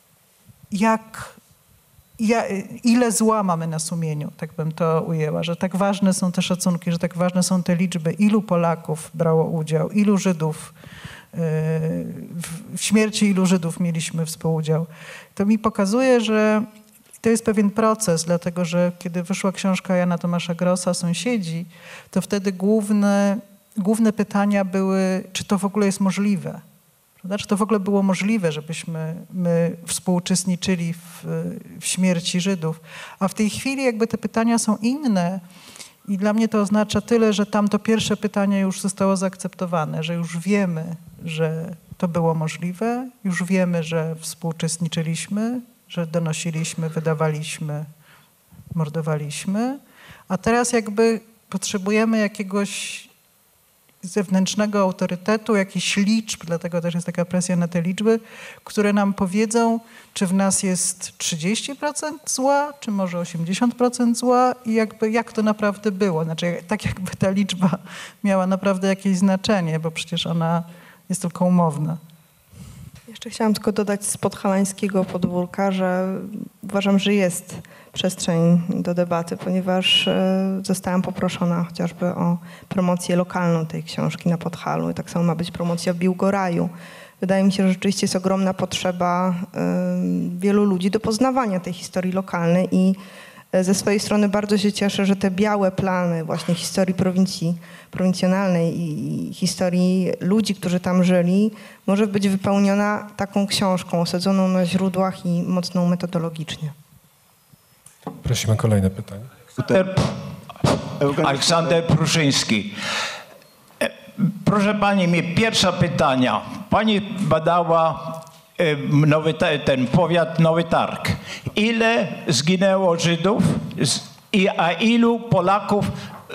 jak, ja, ile zła mamy na sumieniu, tak bym to ujęła, że tak ważne są te szacunki, że tak ważne są te liczby, ilu Polaków brało udział, ilu Żydów, w śmierci ilu Żydów mieliśmy współudział. To mi pokazuje, że to jest pewien proces, dlatego że kiedy wyszła książka Jana Tomasza Grossa Sąsiedzi, to wtedy główne, główne pytania były, czy to w ogóle jest możliwe. Prawda? Czy to w ogóle było możliwe, żebyśmy my współuczestniczyli w, w śmierci Żydów. A w tej chwili jakby te pytania są inne i dla mnie to oznacza tyle, że tam to pierwsze pytanie już zostało zaakceptowane, że już wiemy, że to było możliwe, już wiemy, że współuczestniczyliśmy, że donosiliśmy, wydawaliśmy, mordowaliśmy, a teraz jakby potrzebujemy jakiegoś zewnętrznego autorytetu, jakichś liczb, dlatego też jest taka presja na te liczby, które nam powiedzą, czy w nas jest trzydzieści procent zła, czy może osiemdziesiąt procent zła i jakby jak to naprawdę było. Znaczy tak jakby ta liczba miała naprawdę jakieś znaczenie, bo przecież ona jest tylko umowna. Jeszcze chciałam tylko dodać z podhalańskiego podwórka, że uważam, że jest przestrzeń do debaty, ponieważ e, zostałam poproszona chociażby o promocję lokalną tej książki na Podhalu i tak samo ma być promocja w Biłgoraju. Wydaje mi się, że rzeczywiście jest ogromna potrzeba e, wielu ludzi do poznawania tej historii lokalnej i ze swojej strony bardzo się cieszę, że te białe plany właśnie historii prowincji, prowincjonalnej i historii ludzi, którzy tam żyli, może być wypełniona taką książką osadzoną na źródłach i mocną metodologicznie. Prosimy kolejne pytanie. Aleksander Pruszyński. Proszę Pani, mnie pierwsze pytania. Pani badała Nowy, ten powiat Nowy Targ. Ile zginęło Żydów, a ilu Polaków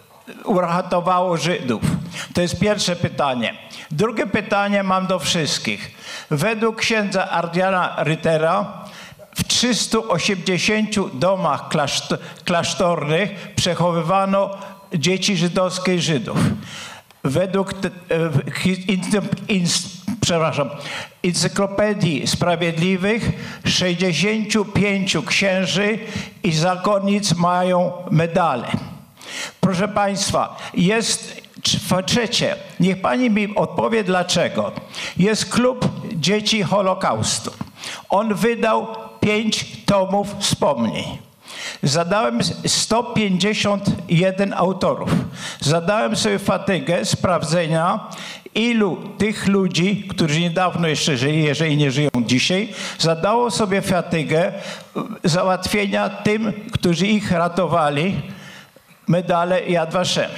uratowało Żydów? To jest pierwsze pytanie. Drugie pytanie mam do wszystkich. Według księdza Adriana Rytera w trzystu osiemdziesięciu domach klasztor, klasztornych przechowywano dzieci żydowskie i Żydów. Według te, in, in, przepraszam, Encyklopedii Sprawiedliwych sześćdziesięciu pięciu księży i zakonnic mają medale. Proszę Państwa, jest trzecie, niech Pani mi odpowie dlaczego. Jest klub dzieci Holokaustu. On wydał pięć tomów wspomnień. Zadałem sto pięćdziesiąt jeden autorów. Zadałem sobie fatygę sprawdzenia, ilu tych ludzi, którzy niedawno jeszcze żyli, jeżeli nie żyją dzisiaj, zadało sobie fatygę załatwienia tym, którzy ich ratowali, medale Yad Vashem.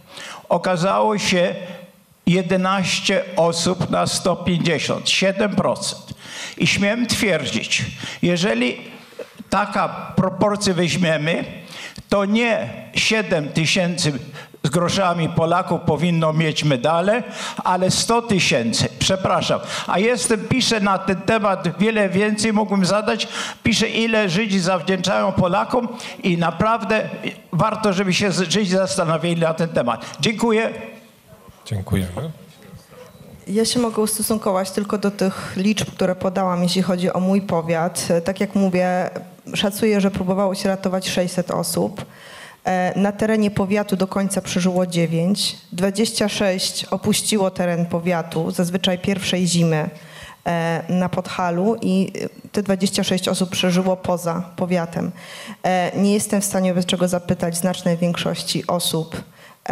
Okazało się jedenaście osób na sto pięćdziesiąt, siedem procent. I śmiem twierdzić, jeżeli taka proporcję weźmiemy, to nie siedem tysięcy z groszami Polaków powinno mieć medale, ale sto tysięcy. Przepraszam. A jestem, piszę na ten temat wiele więcej, mógłbym zadać. Piszę, ile Żydzi zawdzięczają Polakom i naprawdę warto, żeby się Żydzi zastanowili na ten temat. Dziękuję. Dziękujemy. Ja się mogę ustosunkować tylko do tych liczb, które podałam, jeśli chodzi o mój powiat. Tak jak mówię, szacuję, że próbowało się ratować sześćset osób. Na terenie powiatu do końca przeżyło dziewięć. dwadzieścia sześć opuściło teren powiatu, zazwyczaj pierwszej zimy na Podhalu i te dwadzieścia sześć osób przeżyło poza powiatem. Nie jestem w stanie bez czego zapytać znacznej większości osób,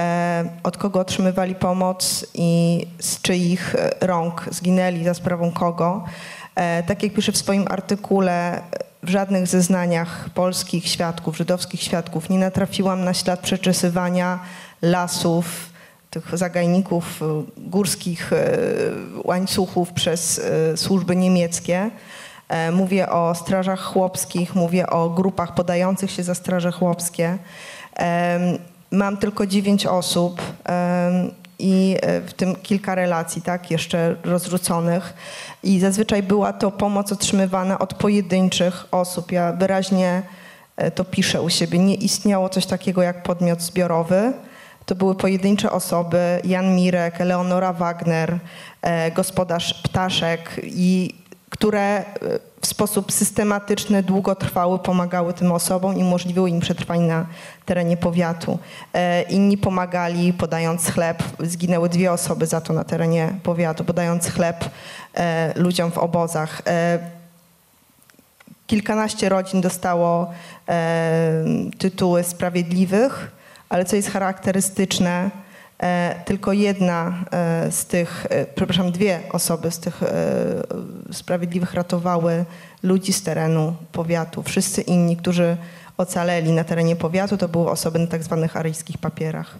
od kogo otrzymywali pomoc i z czyich rąk zginęli, za sprawą kogo. Tak jak piszę w swoim artykule, w żadnych zeznaniach polskich świadków, żydowskich świadków nie natrafiłam na ślad przeczesywania lasów, tych zagajników górskich łańcuchów przez służby niemieckie. Mówię o strażach chłopskich, mówię o grupach podających się za straże chłopskie. Mam tylko dziewięć osób i w tym kilka relacji, tak, jeszcze rozrzuconych. I zazwyczaj była to pomoc otrzymywana od pojedynczych osób. Ja wyraźnie to piszę u siebie. Nie istniało coś takiego jak podmiot zbiorowy. To były pojedyncze osoby, Jan Mirek, Eleonora Wagner, gospodarz Ptaszek, i które w sposób systematyczny, długotrwały pomagały tym osobom i umożliwiły im przetrwanie na terenie powiatu. Inni pomagali podając chleb. Zginęły dwie osoby za to na terenie powiatu, podając chleb ludziom w obozach. Kilkanaście rodzin dostało tytuły sprawiedliwych, ale co jest charakterystyczne, tylko jedna z tych, przepraszam, dwie osoby z tych sprawiedliwych ratowały ludzi z terenu powiatu. Wszyscy inni, którzy ocaleli na terenie powiatu, to były osoby na tak zwanych aryjskich papierach.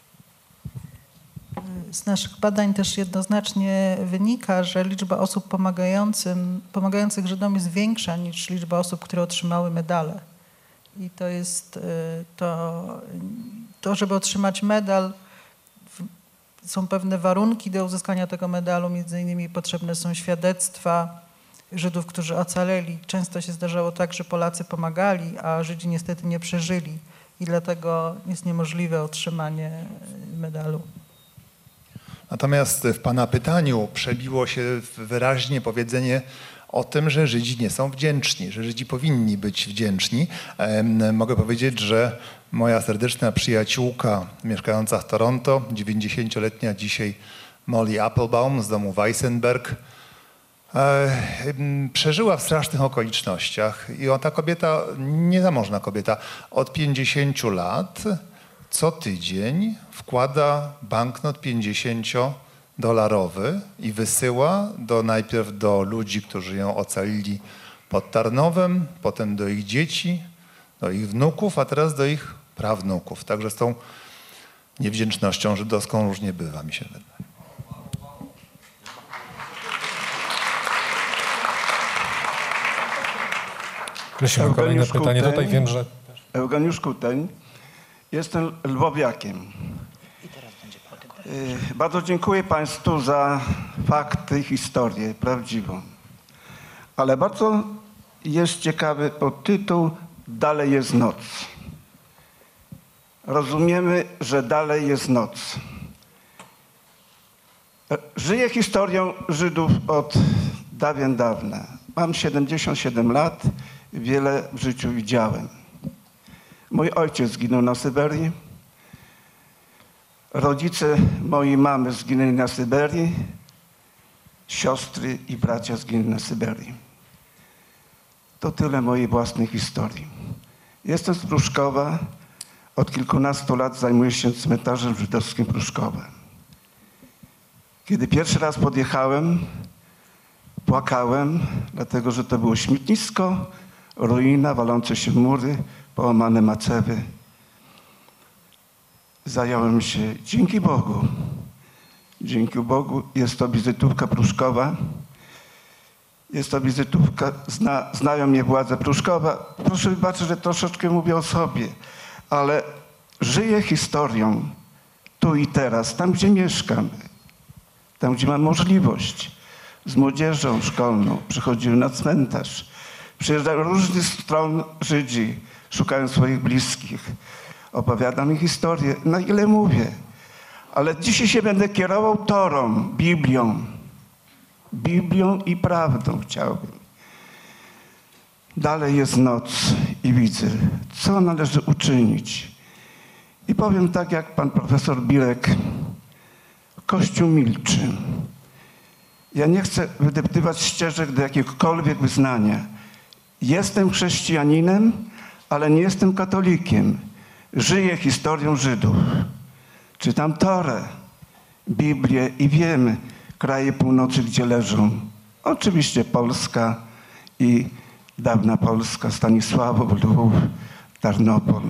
Z naszych badań też jednoznacznie wynika, że liczba osób pomagającym, pomagających Żydom jest większa niż liczba osób, które otrzymały medale. I to jest to, to żeby otrzymać medal, są pewne warunki do uzyskania tego medalu, między innymi potrzebne są świadectwa Żydów, którzy ocaleli. Często się zdarzało tak, że Polacy pomagali, a Żydzi niestety nie przeżyli i dlatego jest niemożliwe otrzymanie medalu. Natomiast w pana pytaniu przebiło się wyraźnie powiedzenie o tym, że Żydzi nie są wdzięczni, że Żydzi powinni być wdzięczni. Mogę powiedzieć, że moja serdeczna przyjaciółka mieszkająca w Toronto, dziewięćdziesięcioletnia dzisiaj Molly Applebaum z domu Weissenberg, przeżyła w strasznych okolicznościach i ta kobieta, niezamożna kobieta, od pięćdziesięciu lat co tydzień wkłada banknot pięćdziesięciodolarowy i wysyła do, najpierw do ludzi, którzy ją ocalili pod Tarnowem, potem do ich dzieci, do ich wnuków, a teraz do ich prawnuków. Także z tą niewdzięcznością żydowską różnie bywa, mi się wydaje. Prosimy, kolejne pytanie. Tutaj wiem, że... Eugeniusz Kuteń. Jestem lwowiakiem. Bardzo dziękuję Państwu za fakty, historię prawdziwą. Ale bardzo jest ciekawy podtytuł Dalej jest noc. Rozumiemy, że dalej jest noc. Żyję historią Żydów od dawien dawna. Mam siedemdziesiąt siedem lat, wiele w życiu widziałem. Mój ojciec zginął na Syberii. Rodzice mojej mamy zginęli na Syberii. Siostry i bracia zginęli na Syberii. To tyle mojej własnej historii. Jestem z Pruszkowa. Od kilkunastu lat zajmuję się cmentarzem żydowskim Pruszkowa. Kiedy pierwszy raz podjechałem, płakałem, dlatego że to było śmietnisko, ruina, walące się mury, połamane macewy. Zająłem się, dzięki Bogu, dzięki Bogu jest to wizytówka Pruszkowa. Jest to wizytówka, zna, znają mnie władze Pruszkowa. Proszę wybaczyć, że troszeczkę mówię o sobie, ale żyję historią tu i teraz, tam gdzie mieszkam, tam gdzie mam możliwość. Z młodzieżą szkolną przychodziłem na cmentarz. Przyjeżdżają różnych stron Żydzi, szukają swoich bliskich. Opowiadam ich historię, na ile mówię. Ale dzisiaj się będę kierował Torą, Biblią. Biblią i prawdą chciałbym. Dalej jest noc i widzę, co należy uczynić. I powiem tak, jak pan profesor Birek. Kościół milczy. Ja nie chcę wydeptywać ścieżek do jakiegokolwiek wyznania. Jestem chrześcijaninem, ale nie jestem katolikiem. Żyję historią Żydów. Czytam Torę, Biblię i wiem kraje północy, gdzie leżą. Oczywiście Polska i dawna Polska, Stanisławów, Lwów, Tarnopol.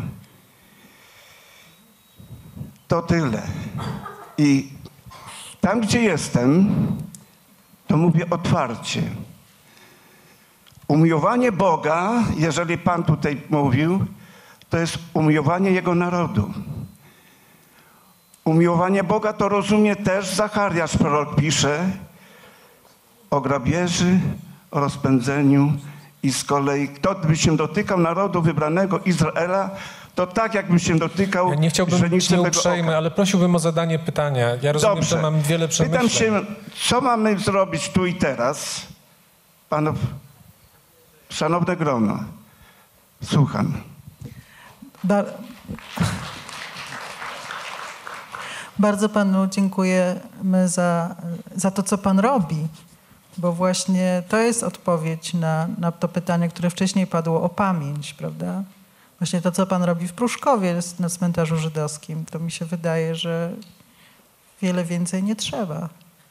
To tyle. I tam, gdzie jestem, to mówię otwarcie. Umiłowanie Boga, jeżeli Pan tutaj mówił, to jest umiłowanie Jego narodu. Umiłowanie Boga to rozumie też Zachariasz prorok pisze o grabieży, o rozpędzeniu i z kolei kto by się dotykał narodu wybranego Izraela, to tak jakbym się dotykał... Ja nie chciałbym być nieuprzejmy, ale prosiłbym o zadanie pytania. Ja rozumiem, Dobrze. że mam wiele przemyśleń. Pytam się, co mamy zrobić tu i teraz? Panów, szanowne grono, słucham. Bar Bardzo panu dziękujemy za, za to, co pan robi, bo właśnie to jest odpowiedź na, na to pytanie, które wcześniej padło o pamięć, prawda? Właśnie to, co pan robi w Pruszkowie na cmentarzu żydowskim, to mi się wydaje, że wiele więcej nie trzeba.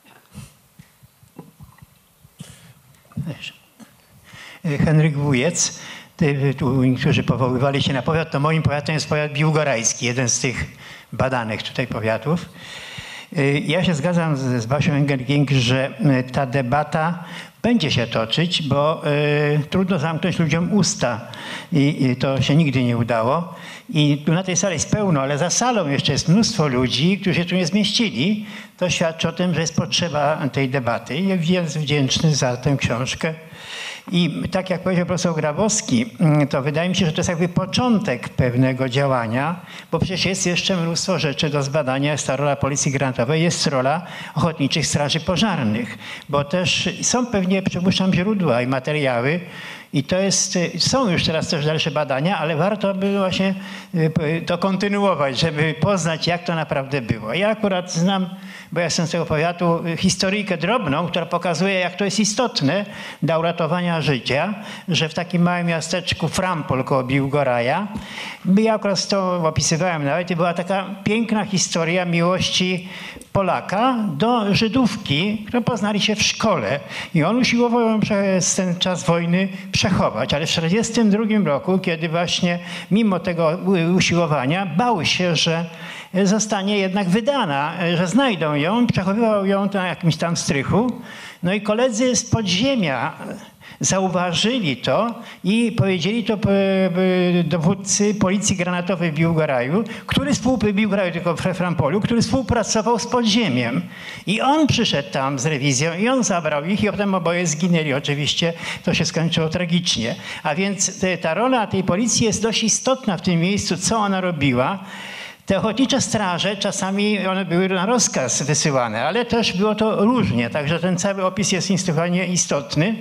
Henryk Wujec, tu niektórzy powoływali się na powiat, to moim powiatem jest powiat biłgorajski, jeden z tych badanych tutaj powiatów. Ja się zgadzam z, z Basią Engelking, że ta debata będzie się toczyć, bo y, trudno zamknąć ludziom usta I, i to się nigdy nie udało. I tu na tej sali jest pełno, ale za salą jeszcze jest mnóstwo ludzi, którzy się tu nie zmieścili. To świadczy o tym, że jest potrzeba tej debaty. I jestem wdzięczny za tę książkę. I tak jak powiedział profesor Grabowski, to wydaje mi się, że to jest jakby początek pewnego działania, bo przecież jest jeszcze mnóstwo rzeczy do zbadania. Jest ta rola Policji Granatowej, jest rola Ochotniczych Straży Pożarnych, bo też są pewnie, przypuszczam, źródła i materiały, i to jest, są już teraz też dalsze badania, ale warto by właśnie to kontynuować, żeby poznać, jak to naprawdę było. Ja akurat znam, bo ja jestem z tego powiatu, historyjkę drobną, która pokazuje, jak to jest istotne dla uratowania życia, że w takim małym miasteczku Frampol koło Biłgoraja, ja akurat to opisywałem nawet, i była taka piękna historia miłości Polaka do Żydówki, które poznali się w szkole. I on usiłował ją przez ten czas wojny przechować, ale w tysiąc dziewięćset czterdziestym drugim roku, kiedy właśnie mimo tego usiłowania bał się, że zostanie jednak wydana, że znajdą ją, przechowywał ją na jakimś tam strychu. No i koledzy z podziemia zauważyli to i powiedzieli to dowódcy Policji Granatowej w Biłgoraju, który współpracował, Biłgoraju, tylko w Frampolu, który współpracował z podziemiem. I on przyszedł tam z rewizją i on zabrał ich i potem oboje zginęli. Oczywiście to się skończyło tragicznie. A więc ta rola tej policji jest dość istotna w tym miejscu, co ona robiła. Te ochotnicze straże, czasami one były na rozkaz wysyłane, ale też było to różnie, także ten cały opis jest niesłychanie istotny.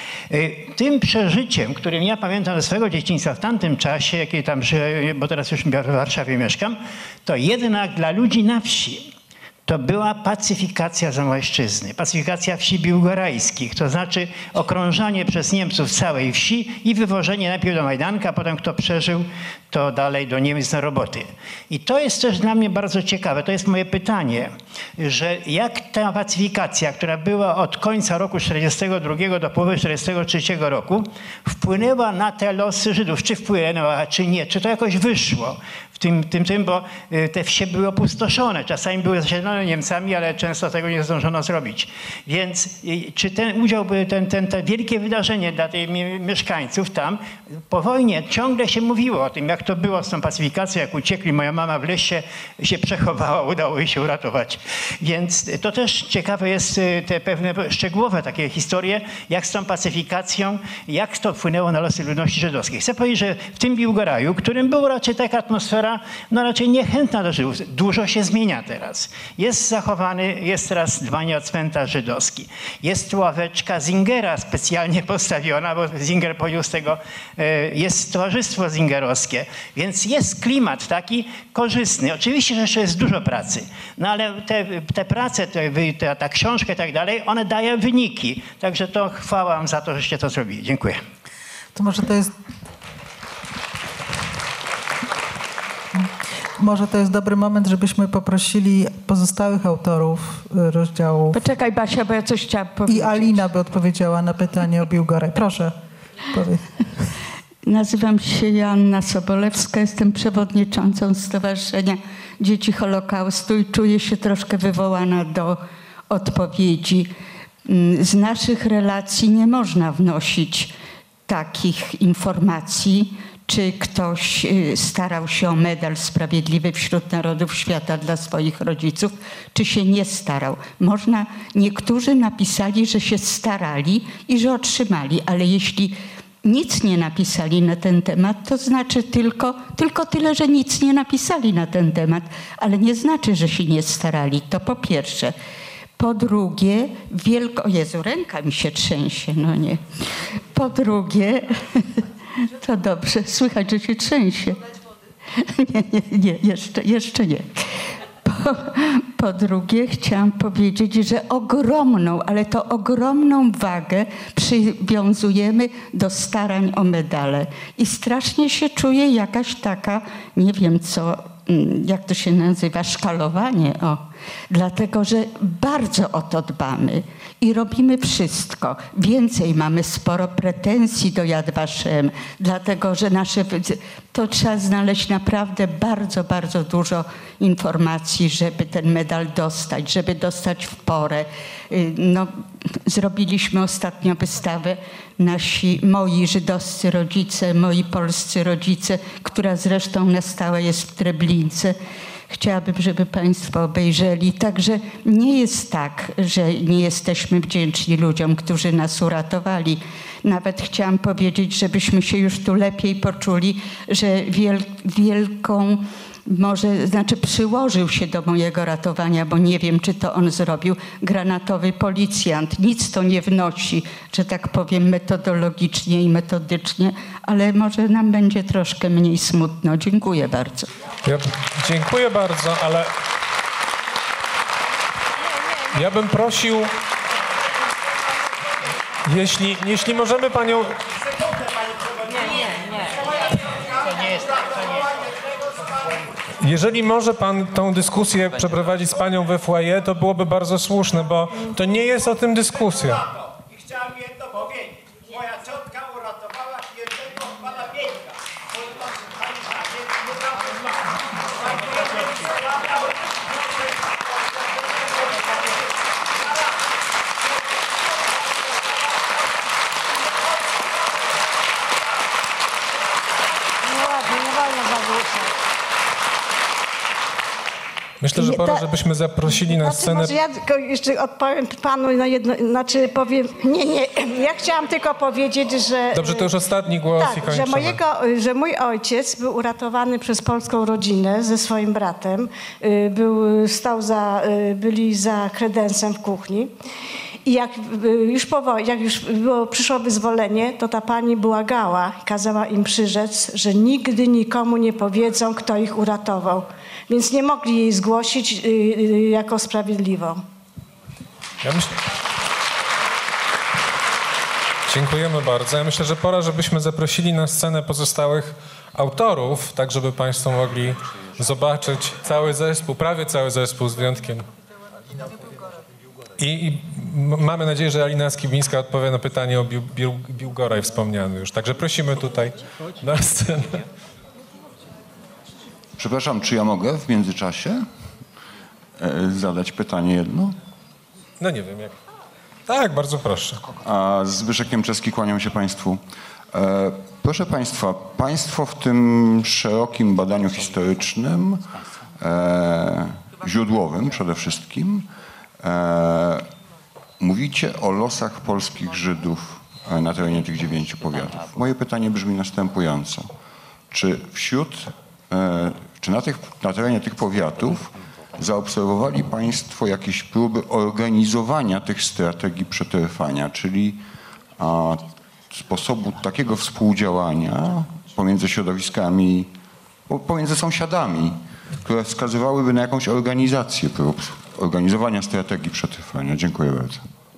Tym przeżyciem, którym ja pamiętam ze swojego dzieciństwa w tamtym czasie, jakie tam żyłem, bo teraz już w Warszawie mieszkam, to jednak dla ludzi na wsi to była pacyfikacja Zamojszczyzny, pacyfikacja wsi biłgorajskich, to znaczy okrążanie przez Niemców całej wsi i wywożenie najpierw do Majdanka, a potem kto przeżył, to dalej do Niemiec na roboty. I to jest też dla mnie bardzo ciekawe, to jest moje pytanie, że jak ta pacyfikacja, która była od końca roku czterdziestego drugiego do połowy czterdziestego trzeciego roku, wpłynęła na te losy Żydów, czy wpłynęła, czy nie, czy to jakoś wyszło w tym, tym, tym bo te wsie były opustoszone, czasami były zasiedlone Niemcami, ale często tego nie zdążono zrobić. Więc czy ten udział, ten, ten, to wielkie wydarzenie dla tych mieszkańców tam, po wojnie ciągle się mówiło o tym, jak to było z tą pacyfikacją, jak uciekli, moja mama w lesie się przechowała, udało jej się uratować. Więc to też ciekawe jest te pewne szczegółowe takie historie, jak z tą pacyfikacją, jak to wpłynęło na losy ludności żydowskiej. Chcę powiedzieć, że w tym Biłgoraju, którym była raczej taka atmosfera, no raczej niechętna do Żydów, dużo się zmienia teraz. Jest zachowany, jest teraz dbanie o cmentarz żydowski. Jest ławeczka Zingera specjalnie postawiona, bo Zinger pojął z tego, jest towarzystwo zingerowskie, więc jest klimat taki korzystny. Oczywiście, że jeszcze jest dużo pracy, no ale te, te prace, te, ta, ta książka i tak dalej, one dają wyniki. Także to chwała wam za to, żeście to zrobili. Dziękuję. To może to jest... Może to jest dobry moment, żebyśmy poprosili pozostałych autorów rozdziałów. Poczekaj, Basia, bo ja coś chciałam powiedzieć. I Alina by odpowiedziała na pytanie o Biłgoraj. Proszę, powiedz. Nazywam się Joanna Sobolewska, jestem przewodniczącą Stowarzyszenia Dzieci Holokaustu i czuję się troszkę wywołana do odpowiedzi. Z naszych relacji nie można wnosić takich informacji, czy ktoś starał się o medal sprawiedliwy wśród narodów świata dla swoich rodziców, czy się nie starał. Można, niektórzy napisali, że się starali i że otrzymali, ale jeśli nic nie napisali na ten temat, to znaczy tylko, tylko tyle, że nic nie napisali na ten temat, ale nie znaczy, że się nie starali. To po pierwsze. Po drugie, wielko... O Jezu, ręka mi się trzęsie, no nie. Po drugie... To dobrze, słychać, że się trzęsie. Nie, nie, nie, jeszcze, jeszcze nie. Po, po drugie, chciałam powiedzieć, że ogromną, ale to ogromną wagę przywiązujemy do starań o medale. I strasznie się czuję jakaś taka, nie wiem co, jak to się nazywa, szkalowanie, o. dlatego że bardzo o to dbamy i robimy wszystko. Więcej, mamy sporo pretensji do Yad Vashem, dlatego że nasze, to trzeba znaleźć naprawdę bardzo, bardzo dużo informacji, żeby ten medal dostać, żeby dostać w porę. No, zrobiliśmy ostatnio wystawę nasi, moi żydowscy rodzice, moi polscy rodzice, która zresztą na stałe jest w Treblince. Chciałabym, żeby Państwo obejrzeli. Także nie jest tak, że nie jesteśmy wdzięczni ludziom, którzy nas uratowali. Nawet chciałam powiedzieć, żebyśmy się już tu lepiej poczuli, że wiel, wielką, może, znaczy przyłożył się do mojego ratowania, bo nie wiem, czy to on zrobił, granatowy policjant. Nic to nie wnosi, że tak powiem, metodologicznie i metodycznie, ale może nam będzie troszkę mniej smutno. Dziękuję bardzo. Ja dziękuję bardzo, ale ja bym prosił, jeśli, jeśli możemy Panią... Jeżeli może Pan tą dyskusję przeprowadzić z Panią we foyer, to byłoby bardzo słuszne, bo to nie jest o tym dyskusja. I chciałem jedno powiedzieć. Moja ciotka uratowała jednego pana Pieńka. Myślę, że pora, żebyśmy zaprosili na Znaczy, scenę... może ja tylko jeszcze odpowiem panu na jedno, znaczy powiem, nie, nie, ja chciałam tylko powiedzieć, że... Dobrze, to już ostatni głos i tak, kończymy. że, mojego, że mój ojciec był uratowany przez polską rodzinę ze swoim bratem, był, stał za, byli za kredensem w kuchni. I jak już, po, jak już było, przyszło wyzwolenie, to ta pani błagała, kazała im przyrzec, że nigdy nikomu nie powiedzą, kto ich uratował. Więc nie mogli jej zgłosić y, y, jako sprawiedliwą. Ja myślę... Dziękujemy bardzo. Ja myślę, że pora, żebyśmy zaprosili na scenę pozostałych autorów, tak żeby Państwo mogli zobaczyć cały zespół, prawie cały zespół z wyjątkiem. I, i mamy nadzieję, że Alina Skibińska odpowie na pytanie o Bił, Bił, Biłgoraj wspomniany już. Także prosimy tutaj na scenę. Przepraszam, czy ja mogę w międzyczasie e, zadać pytanie jedno? No nie wiem jak. Tak, bardzo proszę. A Zbyszek Niemczewski, kłaniam się Państwu. E, proszę Państwa, Państwo w tym szerokim badaniu historycznym, e, źródłowym przede wszystkim, e, mówicie o losach polskich Żydów na terenie tych dziewięciu powiatów. Moje pytanie brzmi następująco. Czy wśród Czy na, tych, na terenie tych powiatów zaobserwowali Państwo jakieś próby organizowania tych strategii przetrwania, czyli a, sposobu takiego współdziałania pomiędzy środowiskami, pomiędzy sąsiadami, które wskazywałyby na jakąś organizację prób organizowania strategii przetrwania? Dziękuję bardzo.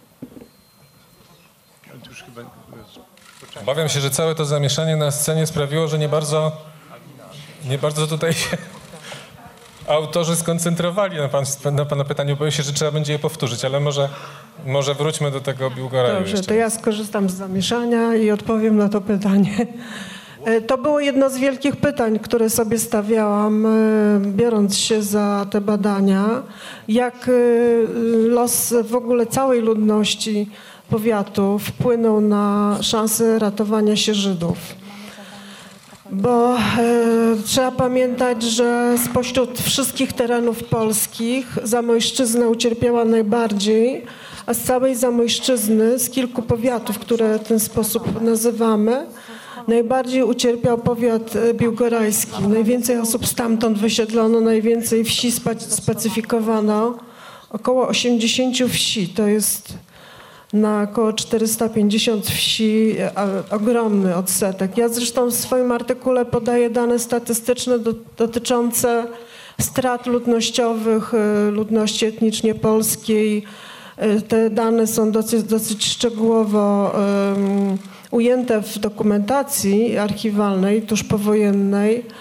Obawiam się, że całe to zamieszanie na scenie sprawiło, że nie bardzo... Nie bardzo tutaj się autorzy skoncentrowali na, pan, na Pana pytaniu. Boję się, że trzeba będzie je powtórzyć, ale może, może wróćmy do tego Biłgoraju. Dobrze, jeszcze. to ja skorzystam z zamieszania i odpowiem na to pytanie. To było jedno z wielkich pytań, które sobie stawiałam, biorąc się za te badania. Jak los w ogóle całej ludności powiatu wpłynął na szansę ratowania się Żydów. Bo e, trzeba pamiętać, że spośród wszystkich terenów polskich Zamojszczyzna ucierpiała najbardziej, a z całej Zamojszczyzny, z kilku powiatów, które w ten sposób nazywamy, najbardziej ucierpiał powiat biłgorajski. Najwięcej osób stamtąd wysiedlono, najwięcej wsi spacyfikowano. Około osiemdziesiąt wsi, to jest na około czterysta pięćdziesiąt wsi, ogromny odsetek. Ja zresztą w swoim artykule podaję dane statystyczne do, dotyczące strat ludnościowych ludności etnicznie polskiej. Te dane są dosyć, dosyć szczegółowo um, ujęte w dokumentacji archiwalnej tuż powojennej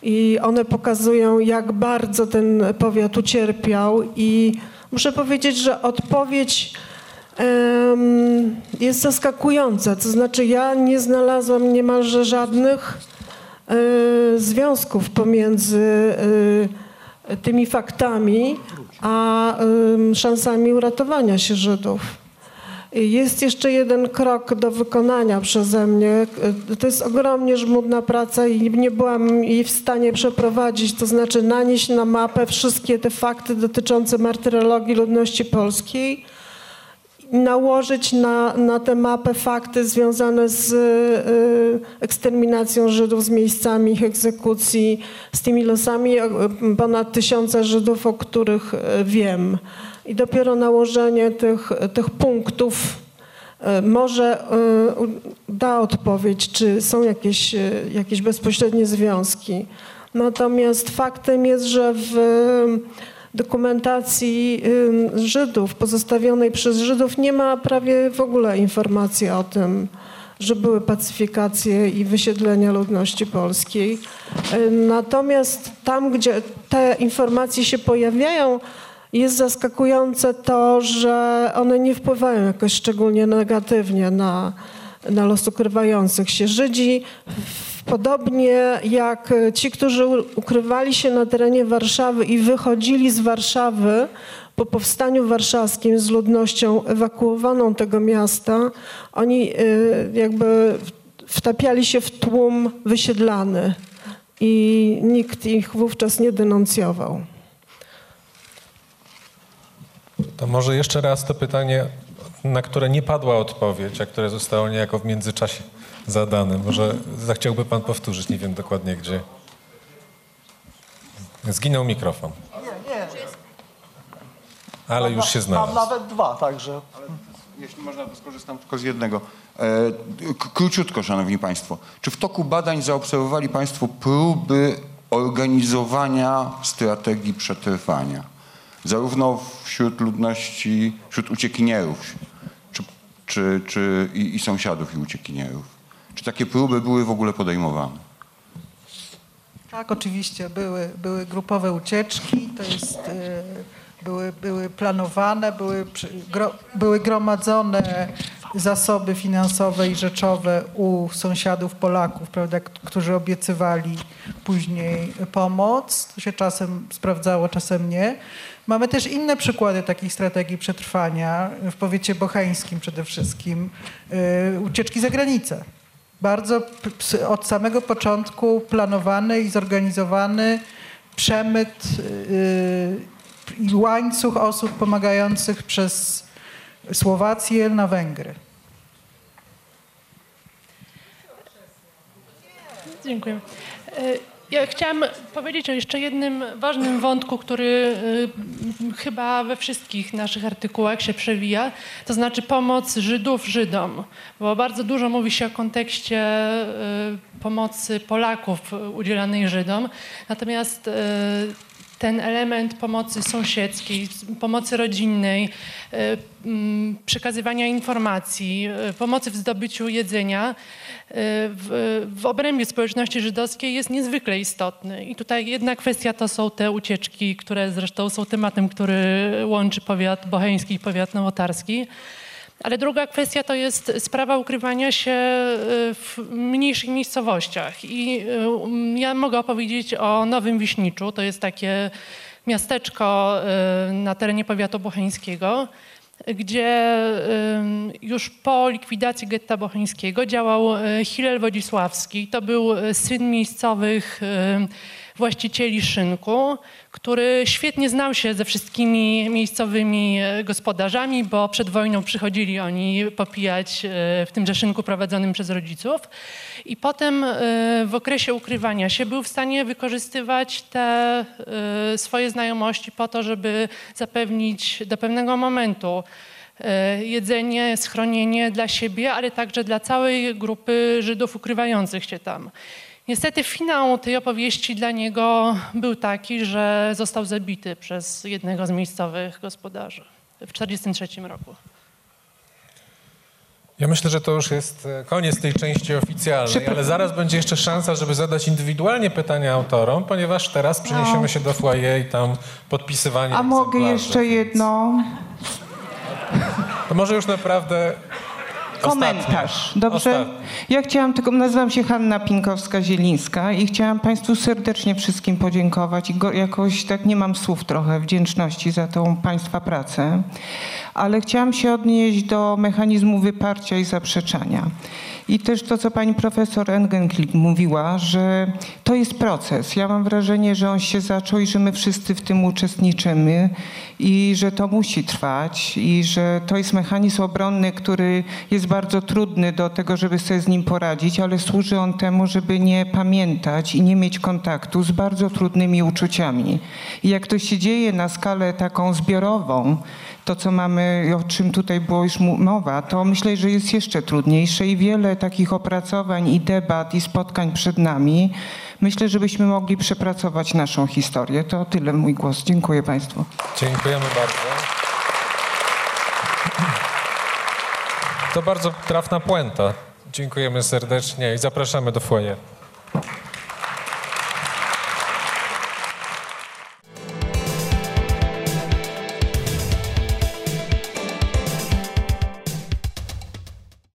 i one pokazują, jak bardzo ten powiat ucierpiał i muszę powiedzieć, że odpowiedź em, jest zaskakująca. To znaczy ja nie znalazłam niemalże żadnych e, związków pomiędzy e, tymi faktami a e, szansami uratowania się Żydów. Jest jeszcze jeden krok do wykonania przeze mnie. To jest ogromnie żmudna praca i nie byłam jej w stanie przeprowadzić, to znaczy nanieść na mapę wszystkie te fakty dotyczące martyrologii ludności polskiej, nałożyć na, na tę mapę fakty związane z y, eksterminacją Żydów, z miejscami ich egzekucji, z tymi losami ponad tysiąca Żydów, o których wiem. I dopiero nałożenie tych, tych punktów y, może y, da odpowiedź, czy są jakieś, y, jakieś bezpośrednie związki. Natomiast faktem jest, że w dokumentacji y, Żydów, pozostawionej przez Żydów, nie ma prawie w ogóle informacji o tym, że były pacyfikacje i wysiedlenia ludności polskiej. Y, natomiast tam, gdzie te informacje się pojawiają, jest zaskakujące to, że one nie wpływają jakoś szczególnie negatywnie na, na los ukrywających się. Żydzi, podobnie jak ci, którzy ukrywali się na terenie Warszawy i wychodzili z Warszawy po powstaniu warszawskim z ludnością ewakuowaną tego miasta, oni jakby wtapiali się w tłum wysiedlany i nikt ich wówczas nie denuncjował. To może jeszcze raz to pytanie, na które nie padła odpowiedź, a które zostało niejako w międzyczasie zadane. Może zechciałby pan powtórzyć, nie wiem dokładnie gdzie. Zginął mikrofon. Nie, nie. Ale już się znalazł. Mam nawet dwa, także... Jeśli można, to skorzystam tylko z jednego. E, k- króciutko, szanowni państwo. Czy w toku badań zaobserwowali państwo próby organizowania strategii przetrwania? Zarówno wśród ludności, wśród uciekinierów czy, czy, czy i, i sąsiadów i uciekinierów. Czy takie próby były w ogóle podejmowane? Tak, oczywiście. Były, były grupowe ucieczki, to jest, y, były, były planowane, były, przy, gro, były gromadzone zasoby finansowe i rzeczowe u sąsiadów Polaków, prawda, którzy obiecywali później pomoc. To się czasem sprawdzało, czasem nie. Mamy też inne przykłady takich strategii przetrwania, w powiecie bocheńskim przede wszystkim, yy, ucieczki za granicę. Bardzo p- od samego początku planowany i zorganizowany przemyt yy, i łańcuch osób pomagających przez Słowację na Węgry. Dziękuję. Ja chciałam powiedzieć o jeszcze jednym ważnym wątku, który y, chyba we wszystkich naszych artykułach się przewija, to znaczy pomoc Żydów Żydom, bo bardzo dużo mówi się o kontekście y, pomocy Polaków udzielanej Żydom, natomiast y, ten element pomocy sąsiedzkiej, pomocy rodzinnej, przekazywania informacji, pomocy w zdobyciu jedzenia w, w obrębie społeczności żydowskiej jest niezwykle istotny. I tutaj jedna kwestia to są te ucieczki, które zresztą są tematem, który łączy powiat bocheński i powiat nowotarski. Ale druga kwestia to jest sprawa ukrywania się w mniejszych miejscowościach. I ja mogę opowiedzieć o Nowym Wiśniczu. To jest takie miasteczko na terenie powiatu bocheńskiego, gdzie już po likwidacji getta bocheńskiego działał Hillel Wodzisławski. To był syn miejscowych właścicieli szynku, który świetnie znał się ze wszystkimi miejscowymi gospodarzami, bo przed wojną przychodzili oni popijać w tymże szynku prowadzonym przez rodziców. I potem w okresie ukrywania się był w stanie wykorzystywać te swoje znajomości po to, żeby zapewnić do pewnego momentu jedzenie, schronienie dla siebie, ale także dla całej grupy Żydów ukrywających się tam. Niestety finał tej opowieści dla niego był taki, że został zabity przez jednego z miejscowych gospodarzy w tysiąc dziewięćset czterdziestym trzecim roku. Ja myślę, że to już jest e, koniec tej części oficjalnej, ale zaraz będzie jeszcze szansa, żeby zadać indywidualnie pytania autorom, ponieważ teraz przeniesiemy No. się do foyer i tam podpisywanie A mogę egzemplarzy. jeszcze jedno? To może już naprawdę Komentarz. Dobrze? Ja chciałam tylko, nazywam się Hanna Pinkowska-Zielińska i chciałam Państwu serdecznie wszystkim podziękować i go, jakoś tak nie mam słów trochę wdzięczności za tą Państwa pracę, ale chciałam się odnieść do mechanizmu wyparcia i zaprzeczania. I też to, co pani profesor Engenklik mówiła, że to jest proces. Ja mam wrażenie, że on się zaczął i że my wszyscy w tym uczestniczymy i że to musi trwać i że to jest mechanizm obronny, który jest bardzo trudny do tego, żeby sobie z nim poradzić, ale służy on temu, żeby nie pamiętać i nie mieć kontaktu z bardzo trudnymi uczuciami. I jak to się dzieje na skalę taką zbiorową, to, co mamy, o czym tutaj było już mowa, to myślę, że jest jeszcze trudniejsze i wiele takich opracowań i debat i spotkań przed nami. Myślę, żebyśmy mogli przepracować naszą historię. To tyle mój głos. Dziękuję Państwu. Dziękujemy bardzo. To bardzo trafna puenta. Dziękujemy serdecznie i zapraszamy do foyer.